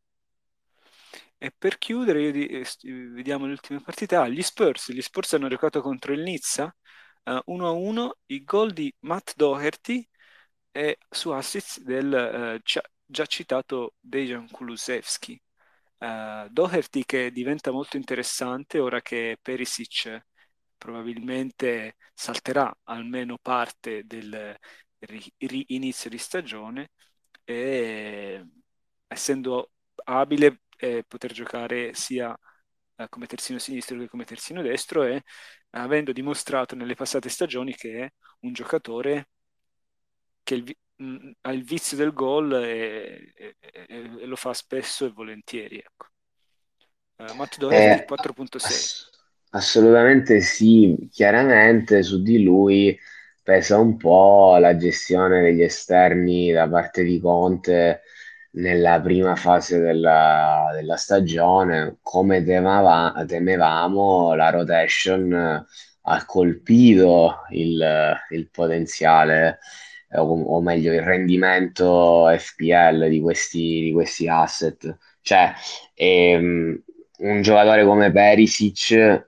E per chiudere, io di- eh, st- vediamo le ultime partite. Ah, gli Spurs. Gli Spurs hanno giocato contro il Nizza, eh, uno a uno. I gol di Matt Doherty e su assist del eh, già, già citato Dejan Kulusevski. Eh, Doherty che diventa molto interessante ora che Perisic probabilmente salterà almeno parte del ri- ri-inizio di stagione e essendo abile eh, poter giocare sia eh, come terzino sinistro che come terzino destro e avendo dimostrato nelle passate stagioni che è un giocatore che il vi- mh, ha il vizio del gol e, e- e- e lo fa spesso e volentieri, ecco. Eh, Matt Doherty Eh, quattro virgola sei. ass- assolutamente sì, chiaramente su di lui pesa un po' la gestione degli esterni da parte di Conte nella prima fase della, della stagione. Come temava- temevamo, la rotation ha colpito il, il potenziale, eh, o, o meglio il rendimento F P L di questi, di questi asset. Cioè, ehm, un giocatore come Perisic,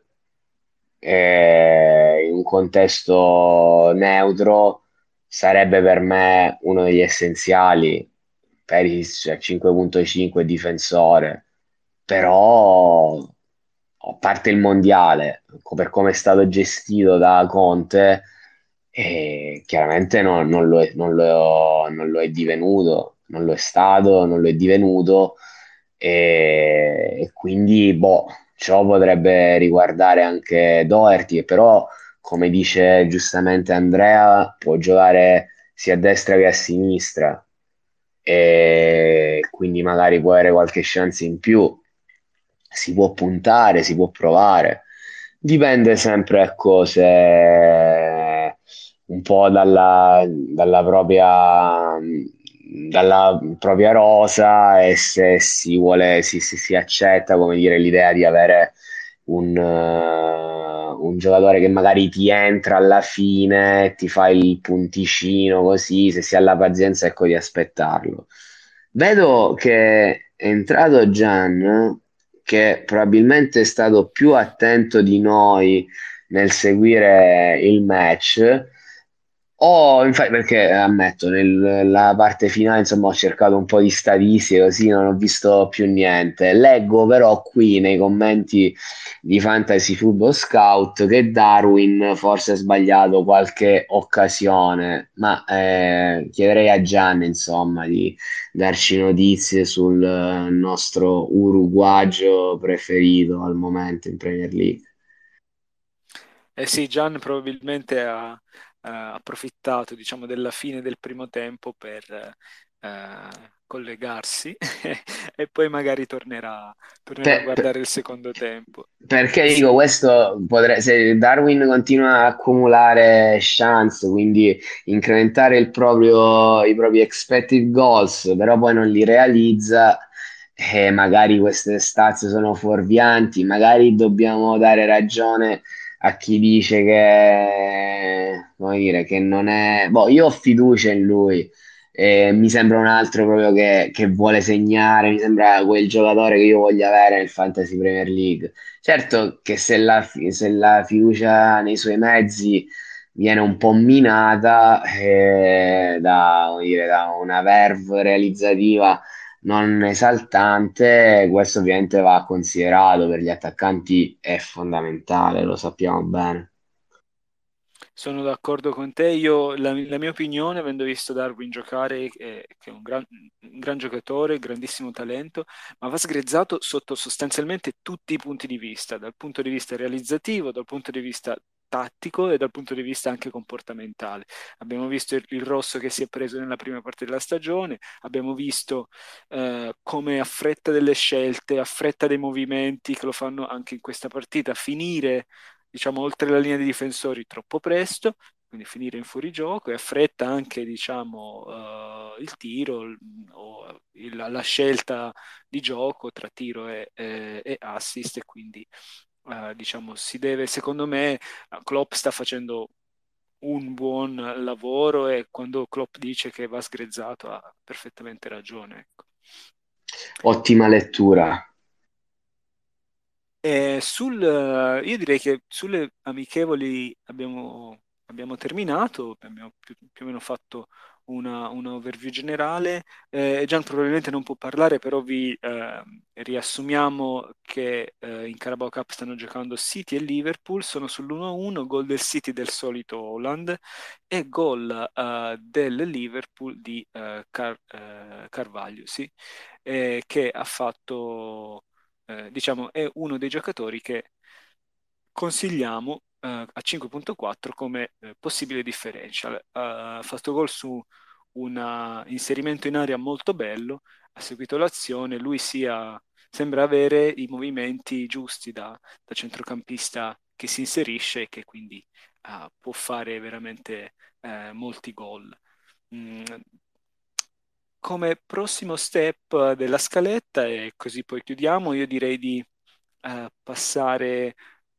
eh, in un contesto neutro, sarebbe per me uno degli essenziali. Perisic a cinque virgola cinque difensore, però a parte il mondiale, co- per come è stato gestito da Conte, eh, chiaramente no- non lo è, non lo- non lo è divenuto, non lo è stato, non lo è divenuto, e, e quindi boh, ciò potrebbe riguardare anche Doherty, che però, come dice giustamente Andrea, può giocare sia a destra che a sinistra, e quindi magari può avere qualche chance in più. Si può puntare, si può provare. Dipende sempre, ecco, se un po' dalla, dalla propria, dalla propria rosa, e se si vuole, si, si, si accetta, come dire, l'idea di avere un, eh, un giocatore che magari ti entra alla fine, ti fa il punticino così, se si ha la pazienza, ecco, di aspettarlo. Vedo che è entrato Gian, che probabilmente è stato più attento di noi nel seguire il match. Oh, infatti, perché ammetto, nella parte finale, insomma, ho cercato un po' di statistiche, così non ho visto più niente. Leggo però qui nei commenti di Fantasy Football Scout che Darwin forse ha sbagliato qualche occasione, ma eh, chiederei a Gian, insomma, di darci notizie sul eh, nostro uruguagio preferito al momento in Premier League. Eh sì, Gian probabilmente ha eh, approfittato, diciamo, della fine del primo tempo per eh, collegarsi e poi magari tornerà, tornerà a Per- per- guardare il secondo tempo. Perché dico Sì. questo, potrebbe, se Darwin continua a accumulare chance, quindi incrementare il proprio, i propri expected goals, però poi non li realizza, e magari queste stazze sono fuorvianti, magari dobbiamo dare ragione a chi dice che, come dire, che non è. Boh, io ho fiducia in lui. E mi sembra un altro proprio che, che vuole segnare, mi sembra quel giocatore che io voglio avere nel Fantasy Premier League. Certo che se la, fi- se la fiducia nei suoi mezzi viene un po' minata, eh, da, come dire, da una verve realizzativa non esaltante, questo ovviamente va considerato. Per gli attaccanti è fondamentale, lo sappiamo bene. Sono d'accordo con te. Io, la, la mia opinione, avendo visto Darwin giocare, è che è un gran, un gran giocatore, grandissimo talento, ma va sgrezzato sotto sostanzialmente tutti i punti di vista, dal punto di vista realizzativo, dal punto di vista tattico e dal punto di vista anche comportamentale. Abbiamo visto il, il rosso che si è preso nella prima parte della stagione, abbiamo visto eh, come affretta delle scelte, affretta dei movimenti che lo fanno anche in questa partita finire diciamo, oltre la linea di difensori troppo presto, quindi finire in fuorigioco e affretta anche, diciamo, eh, il tiro il- o il- la scelta di gioco tra tiro e, e- e assist e quindi, eh, diciamo, si deve, secondo me, Klopp sta facendo un buon lavoro e quando Klopp dice che va sgrezzato ha perfettamente ragione, ecco. Ottima lettura. E sul, eh, io direi che sulle amichevoli abbiamo, abbiamo terminato, abbiamo più, più o meno fatto una, una overview generale. Eh, Gian probabilmente non può parlare, però vi eh, riassumiamo che eh, in Carabao Cup stanno giocando City e Liverpool, sono sull'uno a uno, gol del City del solito Holland e gol eh, del Liverpool di eh, Car- eh, Carvalho, sì, eh, che ha fatto, eh, diciamo, è uno dei giocatori che consigliamo eh, a cinque virgola quattro come eh, possibile differential. Eh, Ha fatto gol su un eh, inserimento in area molto bello, ha seguito l'azione, lui sia, sembra avere i movimenti giusti da, da centrocampista che si inserisce e che quindi eh, può fare veramente eh, molti gol. Mm, Come prossimo step della scaletta, e così poi chiudiamo, io direi di eh, passare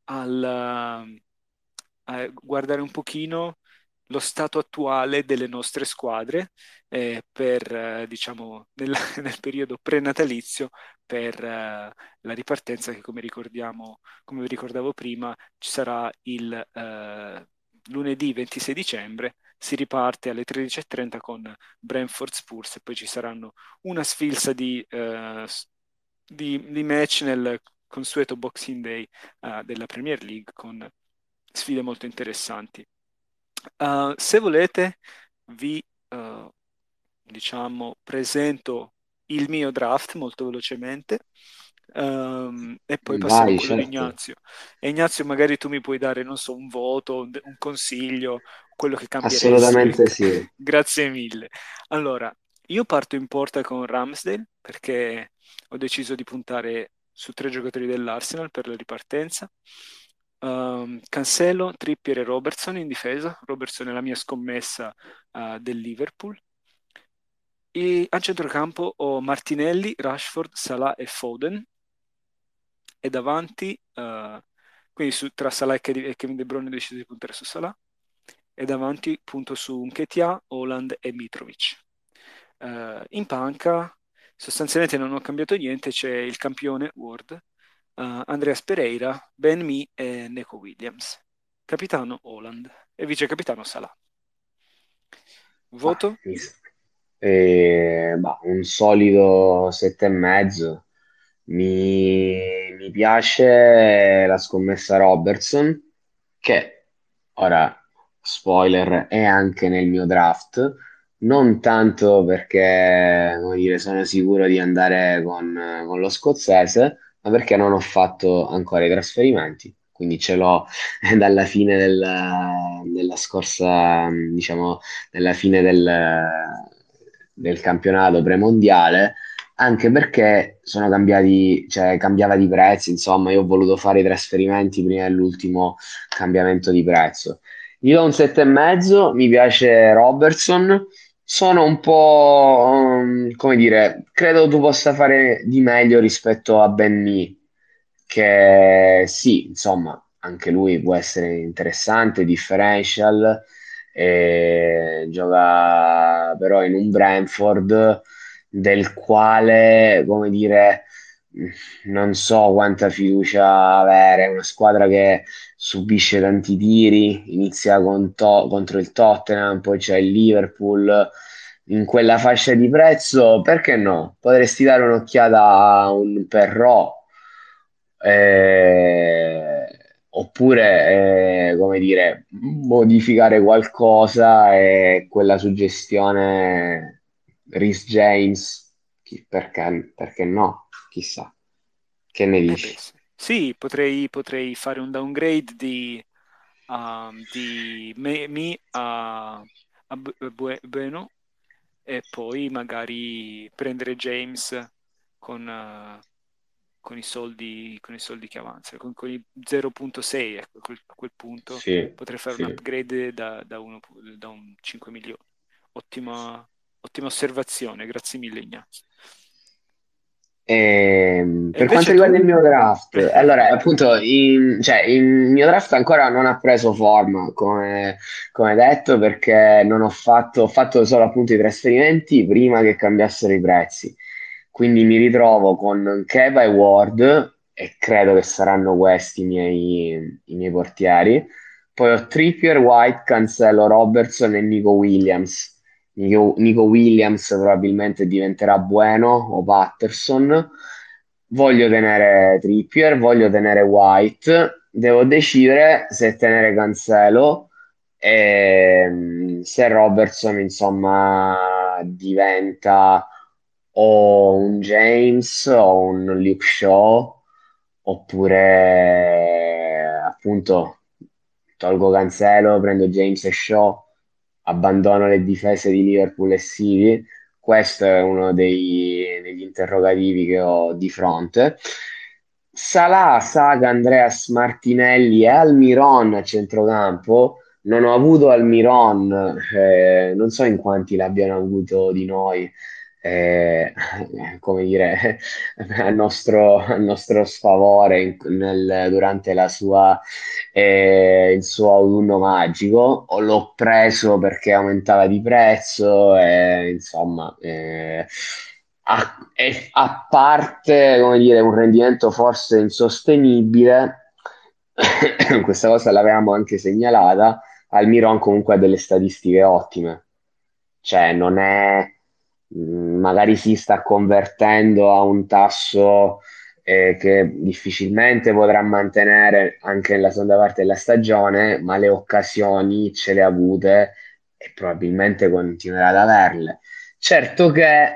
al, a guardare un pochino lo stato attuale delle nostre squadre eh, per, eh, diciamo, nel, nel periodo prenatalizio per eh, la ripartenza che, come ricordiamo, come vi ricordavo prima, ci sarà il eh, lunedì ventisei dicembre. Si riparte alle tredici e trenta con Brentford Spurs e poi ci saranno una sfilza di, eh, s- di- di match nel consueto Boxing Day eh, della Premier League con sfide molto interessanti. Uh, se volete, vi uh, diciamo, presento il mio draft molto velocemente, ehm, e poi passiamo a Vai, quello di certo, Ignazio. E Ignazio, magari tu mi puoi dare, non so, un voto, un, un consiglio, quello che cambieresti. assolutamente sì. Grazie mille. Allora, io parto in porta con Ramsdale perché ho deciso di puntare su tre giocatori dell'Arsenal per la ripartenza. Um, Cancelo, Trippier e Robertson in difesa. Robertson è la mia scommessa uh, del Liverpool. E a centrocampo ho Martinelli, Rashford, Salah e Foden. E davanti, uh, quindi su- tra Salah e Ke- e Kevin De Bruyne ho deciso di puntare su Salah. E davanti punto su Nketiah, Haaland e Mitrovic. Uh, in panca, sostanzialmente non ho cambiato niente, c'è il campione Ward, uh, Andreas Pereira, Ben Mee e Neco Williams. Capitano Haaland e vice capitano Salah. Bah, Voto? mi s- eh, bah, un solido sette e mezzo. Mi, mi piace la scommessa Robertson, che ora, spoiler, è anche nel mio draft. Non tanto perché, come dire, sono sicuro di andare con, con lo scozzese, ma perché non ho fatto ancora i trasferimenti. Quindi ce l'ho dalla fine del- della scorsa, diciamo, nella fine del, del campionato premondiale, anche perché sono cambiati, cioè cambiava di prezzi, insomma, io ho voluto fare i trasferimenti prima dell'ultimo cambiamento di prezzo. Gli do un sette e mezzo, mi piace Robertson, sono un po', um, come dire, credo tu possa fare di meglio rispetto a Ben Mee, che sì, insomma, anche lui può essere interessante, differential, e gioca però in un Brentford del quale, come dire, non so quanta fiducia avere, è una squadra che subisce tanti tiri, inizia con To- contro il Tottenham, poi c'è il Liverpool. In quella fascia di prezzo, perché no? Potresti dare un'occhiata a un Perrò, eh, oppure, eh, come dire, modificare qualcosa e quella suggestione Rhys James, chi- perché, perché no? Chissà. Che ne Eh beh, dici? sì. Sì, potrei, potrei fare un downgrade di, um, di me, Mi a, a Bu- Bue- Bueno e poi magari prendere James con, eh, con i soldi, con i soldi che avanzano, con, con i zero virgola sei, ecco, a quel, a quel punto Sì, potrei fare un sì. upgrade da, da, uno- da un cinque milioni. Ottima, ottima osservazione, grazie mille Ignazio. Ehm, E per quanto invece tu? riguarda il mio draft, allora, appunto, in- cioè, il mio draft ancora non ha preso forma, come, come detto, perché non ho fatto, ho fatto solo appunto i trasferimenti prima che cambiassero i prezzi. Quindi mi ritrovo con Keba e Ward, e credo che saranno questi i miei, i miei portieri. Poi ho Trippier, White, Cancelo, Robertson e Nico Williams. Nico, Nico Williams probabilmente diventerà Bueno o Patterson. Voglio tenere Trippier, voglio tenere White. Devo decidere se tenere Cancelo e mm, se Robertson, insomma, diventa o un James o un Luke Shaw, oppure appunto tolgo Cancelo, prendo James e Shaw, abbandono le difese di Liverpool e City. Questo è uno dei- degli interrogativi che ho di fronte. Salah, Saka, Andreas Martinelli e Almiron a centrocampo. Non ho avuto Almiron, eh, non so in quanti l'abbiano avuto di noi, eh, come dire, a nostro, a nostro sfavore in- nel- durante la sua, eh, il suo autunno magico. O l'ho preso perché aumentava di prezzo, e, insomma, eh, a, e a parte, come dire, un rendimento forse insostenibile, questa cosa l'avevamo anche segnalata. Almiron comunque ha delle statistiche ottime, cioè non è, mh, magari si sta convertendo a un tasso eh, che difficilmente potrà mantenere anche nella seconda parte della stagione, ma le occasioni ce le ha avute e probabilmente continuerà ad averle. Certo che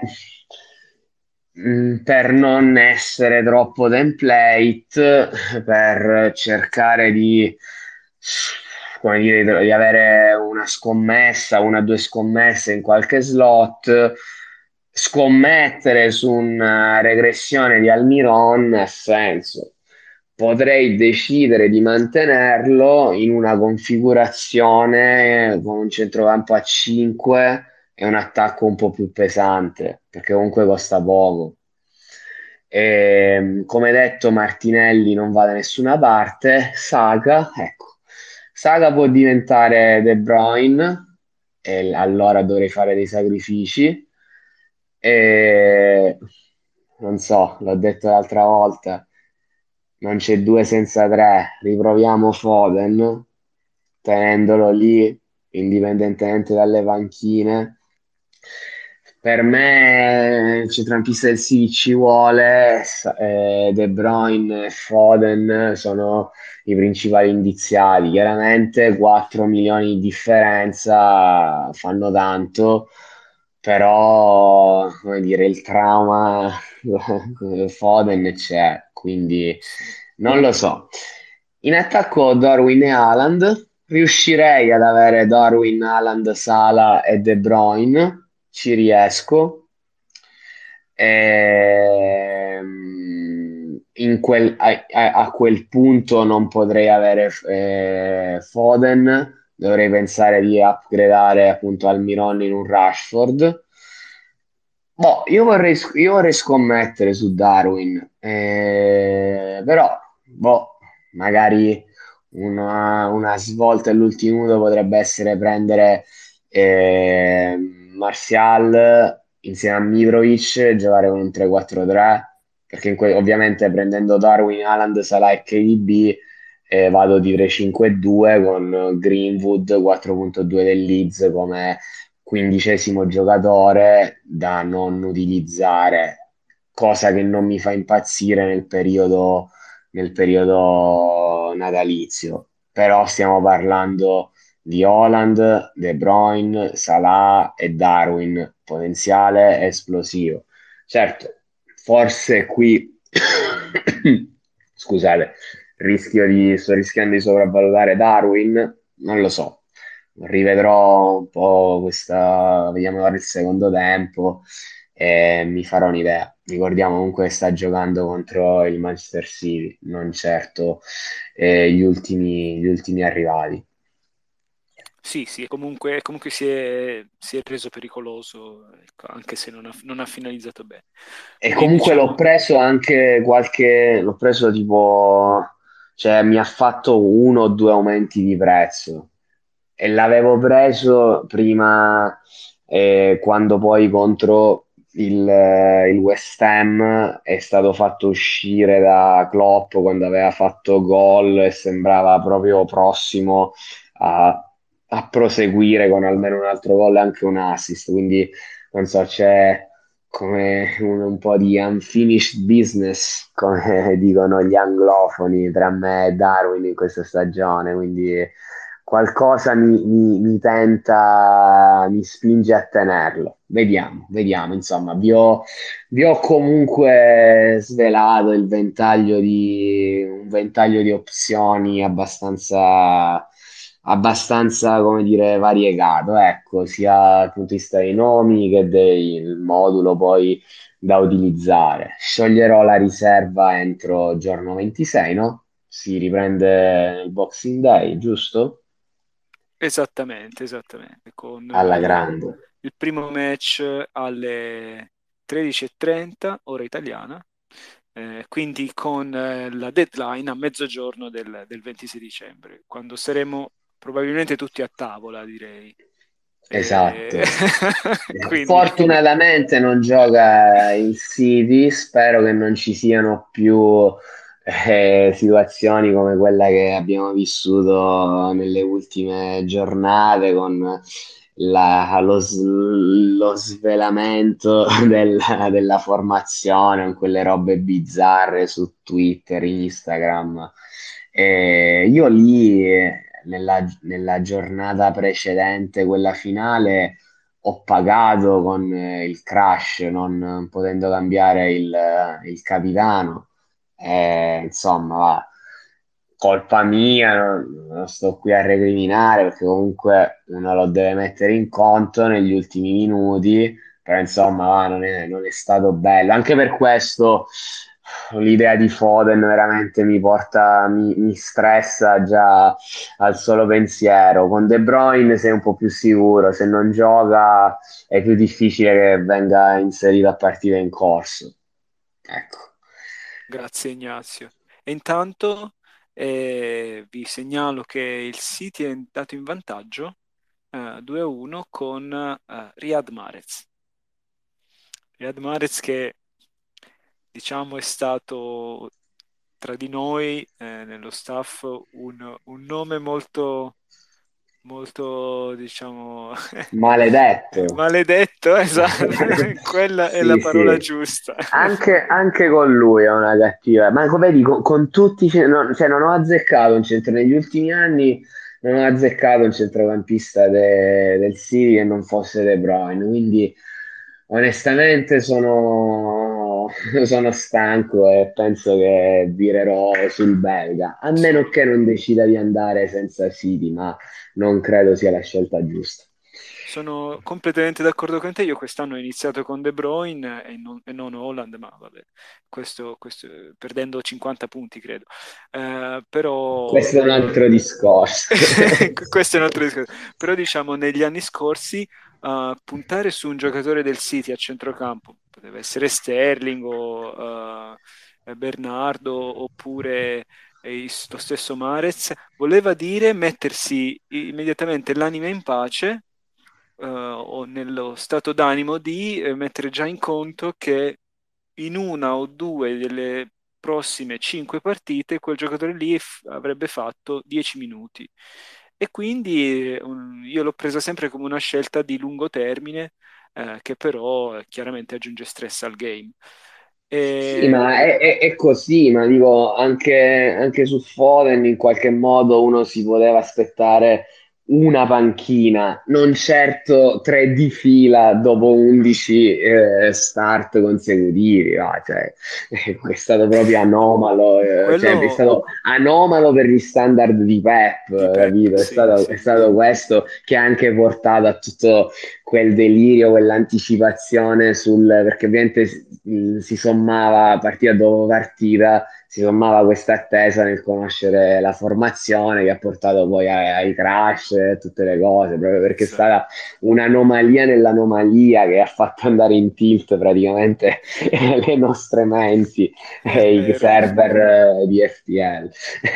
mh, per non essere troppo template, per cercare di, come dire, di avere una scommessa, una o due scommesse in qualche slot, scommettere su una regressione di Almiron ha senso. Potrei decidere di mantenerlo in una configurazione con un centrocampo a cinque e un attacco un po' più pesante, perché comunque costa poco. E, come detto, Martinelli non va da nessuna parte. Saka, ecco, Saka può diventare De Bruyne e allora dovrei fare dei sacrifici. E non so, l'ho detto l'altra volta, non c'è due senza tre. Riproviamo Foden, tenendolo lì, indipendentemente dalle panchine. Per me, il centrocampista del City ci vuole, s- eh, De Bruyne e Foden sono i principali indiziati. Chiaramente quattro milioni di differenza fanno tanto, però, come dire, il trauma Foden c'è, quindi Sì. non lo so. In attacco Darwin e Haaland, riuscirei ad avere Darwin, Haaland, Sala e De Bruyne, ci riesco. Ehm, in quel- a, a- a quel punto non potrei avere eh, Foden, dovrei pensare di upgradare appunto Almiron in un Rashford. Boh, io vorrei, sc- io vorrei scommettere su Darwin, eh, però boh, magari una, una svolta all'ultimo minuto potrebbe essere prendere eh, Martial insieme a Mitrovic e giocare con un tre quattro tre, perché in que- ovviamente prendendo Darwin, Haaland, Salah e K D B eh, vado di tre cinque due con Greenwood quattro punto due del Leeds come quindicesimo giocatore da non utilizzare, cosa che non mi fa impazzire nel periodo, nel periodo natalizio. Però stiamo parlando di Holland, De Bruyne, Salah e Darwin, potenziale esplosivo. Certo, forse qui, scusate, rischio di, sto rischiando di sopravvalutare Darwin, non lo so. Rivedrò un po' questa, vediamo ora il secondo tempo e mi farò un'idea. Ricordiamo comunque che sta giocando contro il Manchester City, non certo eh, gli ultimi, gli ultimi arrivati. Sì, sì, comunque, comunque si è, si è reso pericoloso, ecco, anche se non ha, non ha finalizzato bene. E Quindi comunque l'ho diciamo, preso anche qualche, l'ho preso tipo, cioè mi ha fatto uno o due aumenti di prezzo e l'avevo preso prima eh, quando poi contro il, eh, il West Ham è stato fatto uscire da Klopp quando aveva fatto gol e sembrava proprio prossimo a, a proseguire con almeno un altro gol e anche un assist, quindi non so, c'è come un, un po' di unfinished business, come dicono gli anglofoni, tra me e Darwin in questa stagione, quindi qualcosa mi, mi- mi tenta, mi spinge a tenerlo. Vediamo, vediamo, insomma, vi ho, vi ho comunque svelato il ventaglio di, un ventaglio di opzioni abbastanza, abbastanza, come dire, variegato, ecco, sia dal punto di vista dei nomi che del modulo poi da utilizzare. Scioglierò la riserva entro giorno ventisei, no? Si riprende il Boxing Day, giusto? Esattamente, esattamente, con Alla eh, grande. il primo match alle tredici e trenta, ora italiana, eh, quindi con eh, la deadline a mezzogiorno del, del ventisei dicembre, quando saremo probabilmente tutti a tavola, direi. E- Esatto. Quindi, Fortunatamente non gioca il City, spero che non ci siano più eh, situazioni come quella che abbiamo vissuto nelle ultime giornate con la- lo, s- lo svelamento della, della formazione, con quelle robe bizzarre su Twitter, Instagram. E io lì, eh, nella, nella giornata precedente, quella finale, ho pagato con eh, il crash, non potendo cambiare il, il capitano. Eh, insomma, va, colpa mia, non, non sto qui a recriminare perché comunque uno lo deve mettere in conto negli ultimi minuti, però insomma, va, non è, non è stato bello. Anche per questo l'idea di Foden veramente mi porta, mi, mi stressa già al solo pensiero. Con De Bruyne sei un po' più sicuro, se non gioca è più difficile che venga inserito a partita in corso. Ecco. grazie Ignazio. E intanto eh, vi segnalo che il City è andato in vantaggio eh, due a uno con eh, Riyad Mahrez. Riyad Mahrez che diciamo è stato tra di noi eh, nello staff un, un nome molto, molto diciamo Maledetto. maledetto, esatto, quella è la Sì, parola sì. giusta. Anche, anche con lui è una cattiva. Ma come vedi, con, con tutti, i ce- non, cioè, non ho azzeccato un centro negli ultimi anni, non ho azzeccato un centrocampista de- del City che non fosse De Bruyne. Quindi, onestamente, sono, sono stanco e penso che virerò sul belga. A meno che non decida di andare senza City, ma non credo sia la scelta giusta. Sono completamente d'accordo con te. Io quest'anno ho iniziato con De Bruyne e non, e non Holland, ma vabbè, questo, questo- perdendo cinquanta punti, credo. Eh, però Questo è un altro discorso. questo è un altro discorso. Però diciamo, negli anni scorsi, eh, puntare su un giocatore del City a centrocampo, poteva essere Sterling o eh, Bernardo oppure eh, lo stesso Mahrez, voleva dire mettersi immediatamente l'anima in pace eh, o nello stato d'animo di eh, mettere già in conto che in una o due delle prossime cinque partite quel giocatore lì f- avrebbe fatto dieci minuti. E quindi eh, un- io l'ho presa sempre come una scelta di lungo termine, eh, che però eh, chiaramente aggiunge stress al game. Sì, ma E è, è- è così, ma dico, anche, anche su Foden in qualche modo uno si poteva aspettare una panchina, non certo tre di fila dopo undici eh, start consecutivi, va, cioè, è stato proprio anomalo, eh, cioè, è quello stato anomalo per gli standard di Pep, di Pep, capito? È sì, stato, è sì, stato questo che ha anche portato a tutto quel delirio, quell'anticipazione sul, perché ovviamente si, si sommava partita dopo partita, si sommava questa attesa nel conoscere la formazione che ha portato poi ai, ai crash e tutte le cose, proprio perché è esatto. stata un'anomalia nell'anomalia che ha fatto andare in tilt praticamente le nostre menti È e i vero. server eh, di F T L.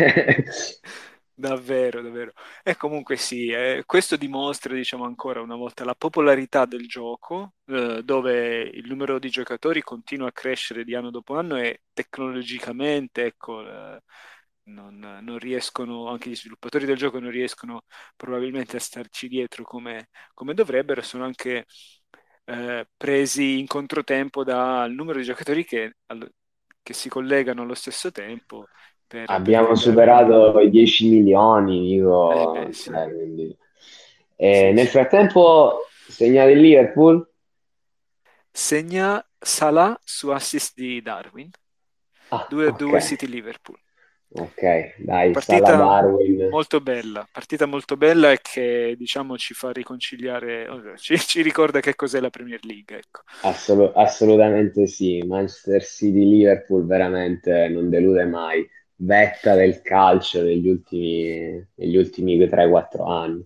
Davvero, davvero. E comunque sì, eh, questo dimostra, diciamo ancora una volta, la popolarità del gioco, eh, dove il numero di giocatori continua a crescere di anno dopo anno e tecnologicamente, ecco, eh, non, non riescono, anche gli sviluppatori del gioco non riescono probabilmente a starci dietro come, come dovrebbero, sono anche eh, presi in controtempo dal numero di giocatori che, al- che si collegano allo stesso tempo per, per Abbiamo giocarli. superato i dieci milioni, Eh beh, dico, sì, cioè, quindi... E sì, nel sì. frattempo segnate il Liverpool? Segna Salah su assist di Darwin, Ah, due a ok, due City Liverpool. ok, dai, Sala Partita Darwin, molto bella, partita molto bella e che diciamo ci fa riconciliare, o- ci, ci ricorda che cos'è la Premier League, ecco. Assolu- assolutamente sì. Manchester City Liverpool veramente non delude mai. Vetta del calcio degli ultimi, negli ultimi tre quattro anni.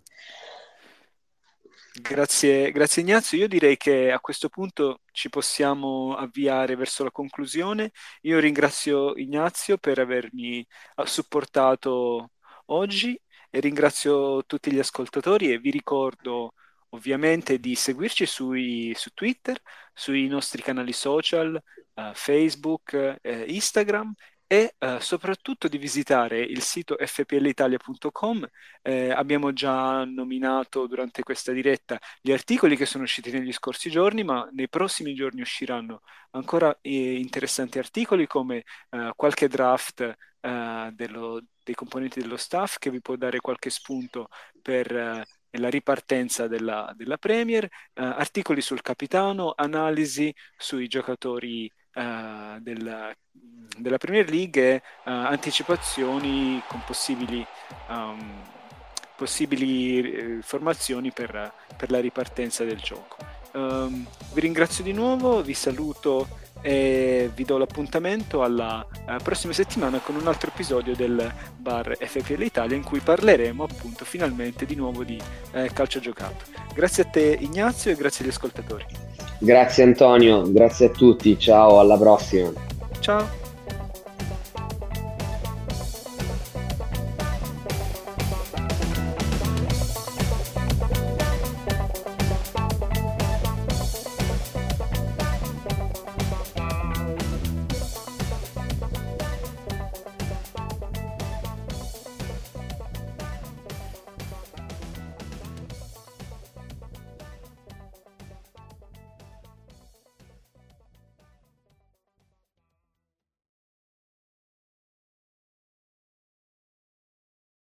Grazie, grazie Ignazio. Io direi che a questo punto ci possiamo avviare verso la conclusione. Io ringrazio Ignazio per avermi eh, supportato oggi e ringrazio tutti gli ascoltatori e vi ricordo ovviamente di seguirci sui- su Twitter, sui nostri canali social, eh, Facebook, eh, Instagram e eh, soprattutto di visitare il sito f p l italia punto com. Eh, abbiamo già nominato durante questa diretta gli articoli che sono usciti negli scorsi giorni, ma nei prossimi giorni usciranno ancora eh, interessanti articoli come eh, qualche draft eh, dello- dei componenti dello staff che vi può dare qualche spunto per eh, la ripartenza della, della Premier, eh, articoli sul capitano, analisi sui giocatori eh, del- della Premier League e eh, anticipazioni con possibili um, possibili eh, formazioni per, per la ripartenza del gioco. Um, vi ringrazio di nuovo, vi saluto e vi do l'appuntamento alla eh, prossima settimana con un altro episodio del bar F P L Italia in cui parleremo appunto finalmente di nuovo di eh, calcio giocato. Grazie a te Ignazio e grazie agli ascoltatori. Grazie Antonio, grazie a tutti, ciao, alla prossima. Ciao!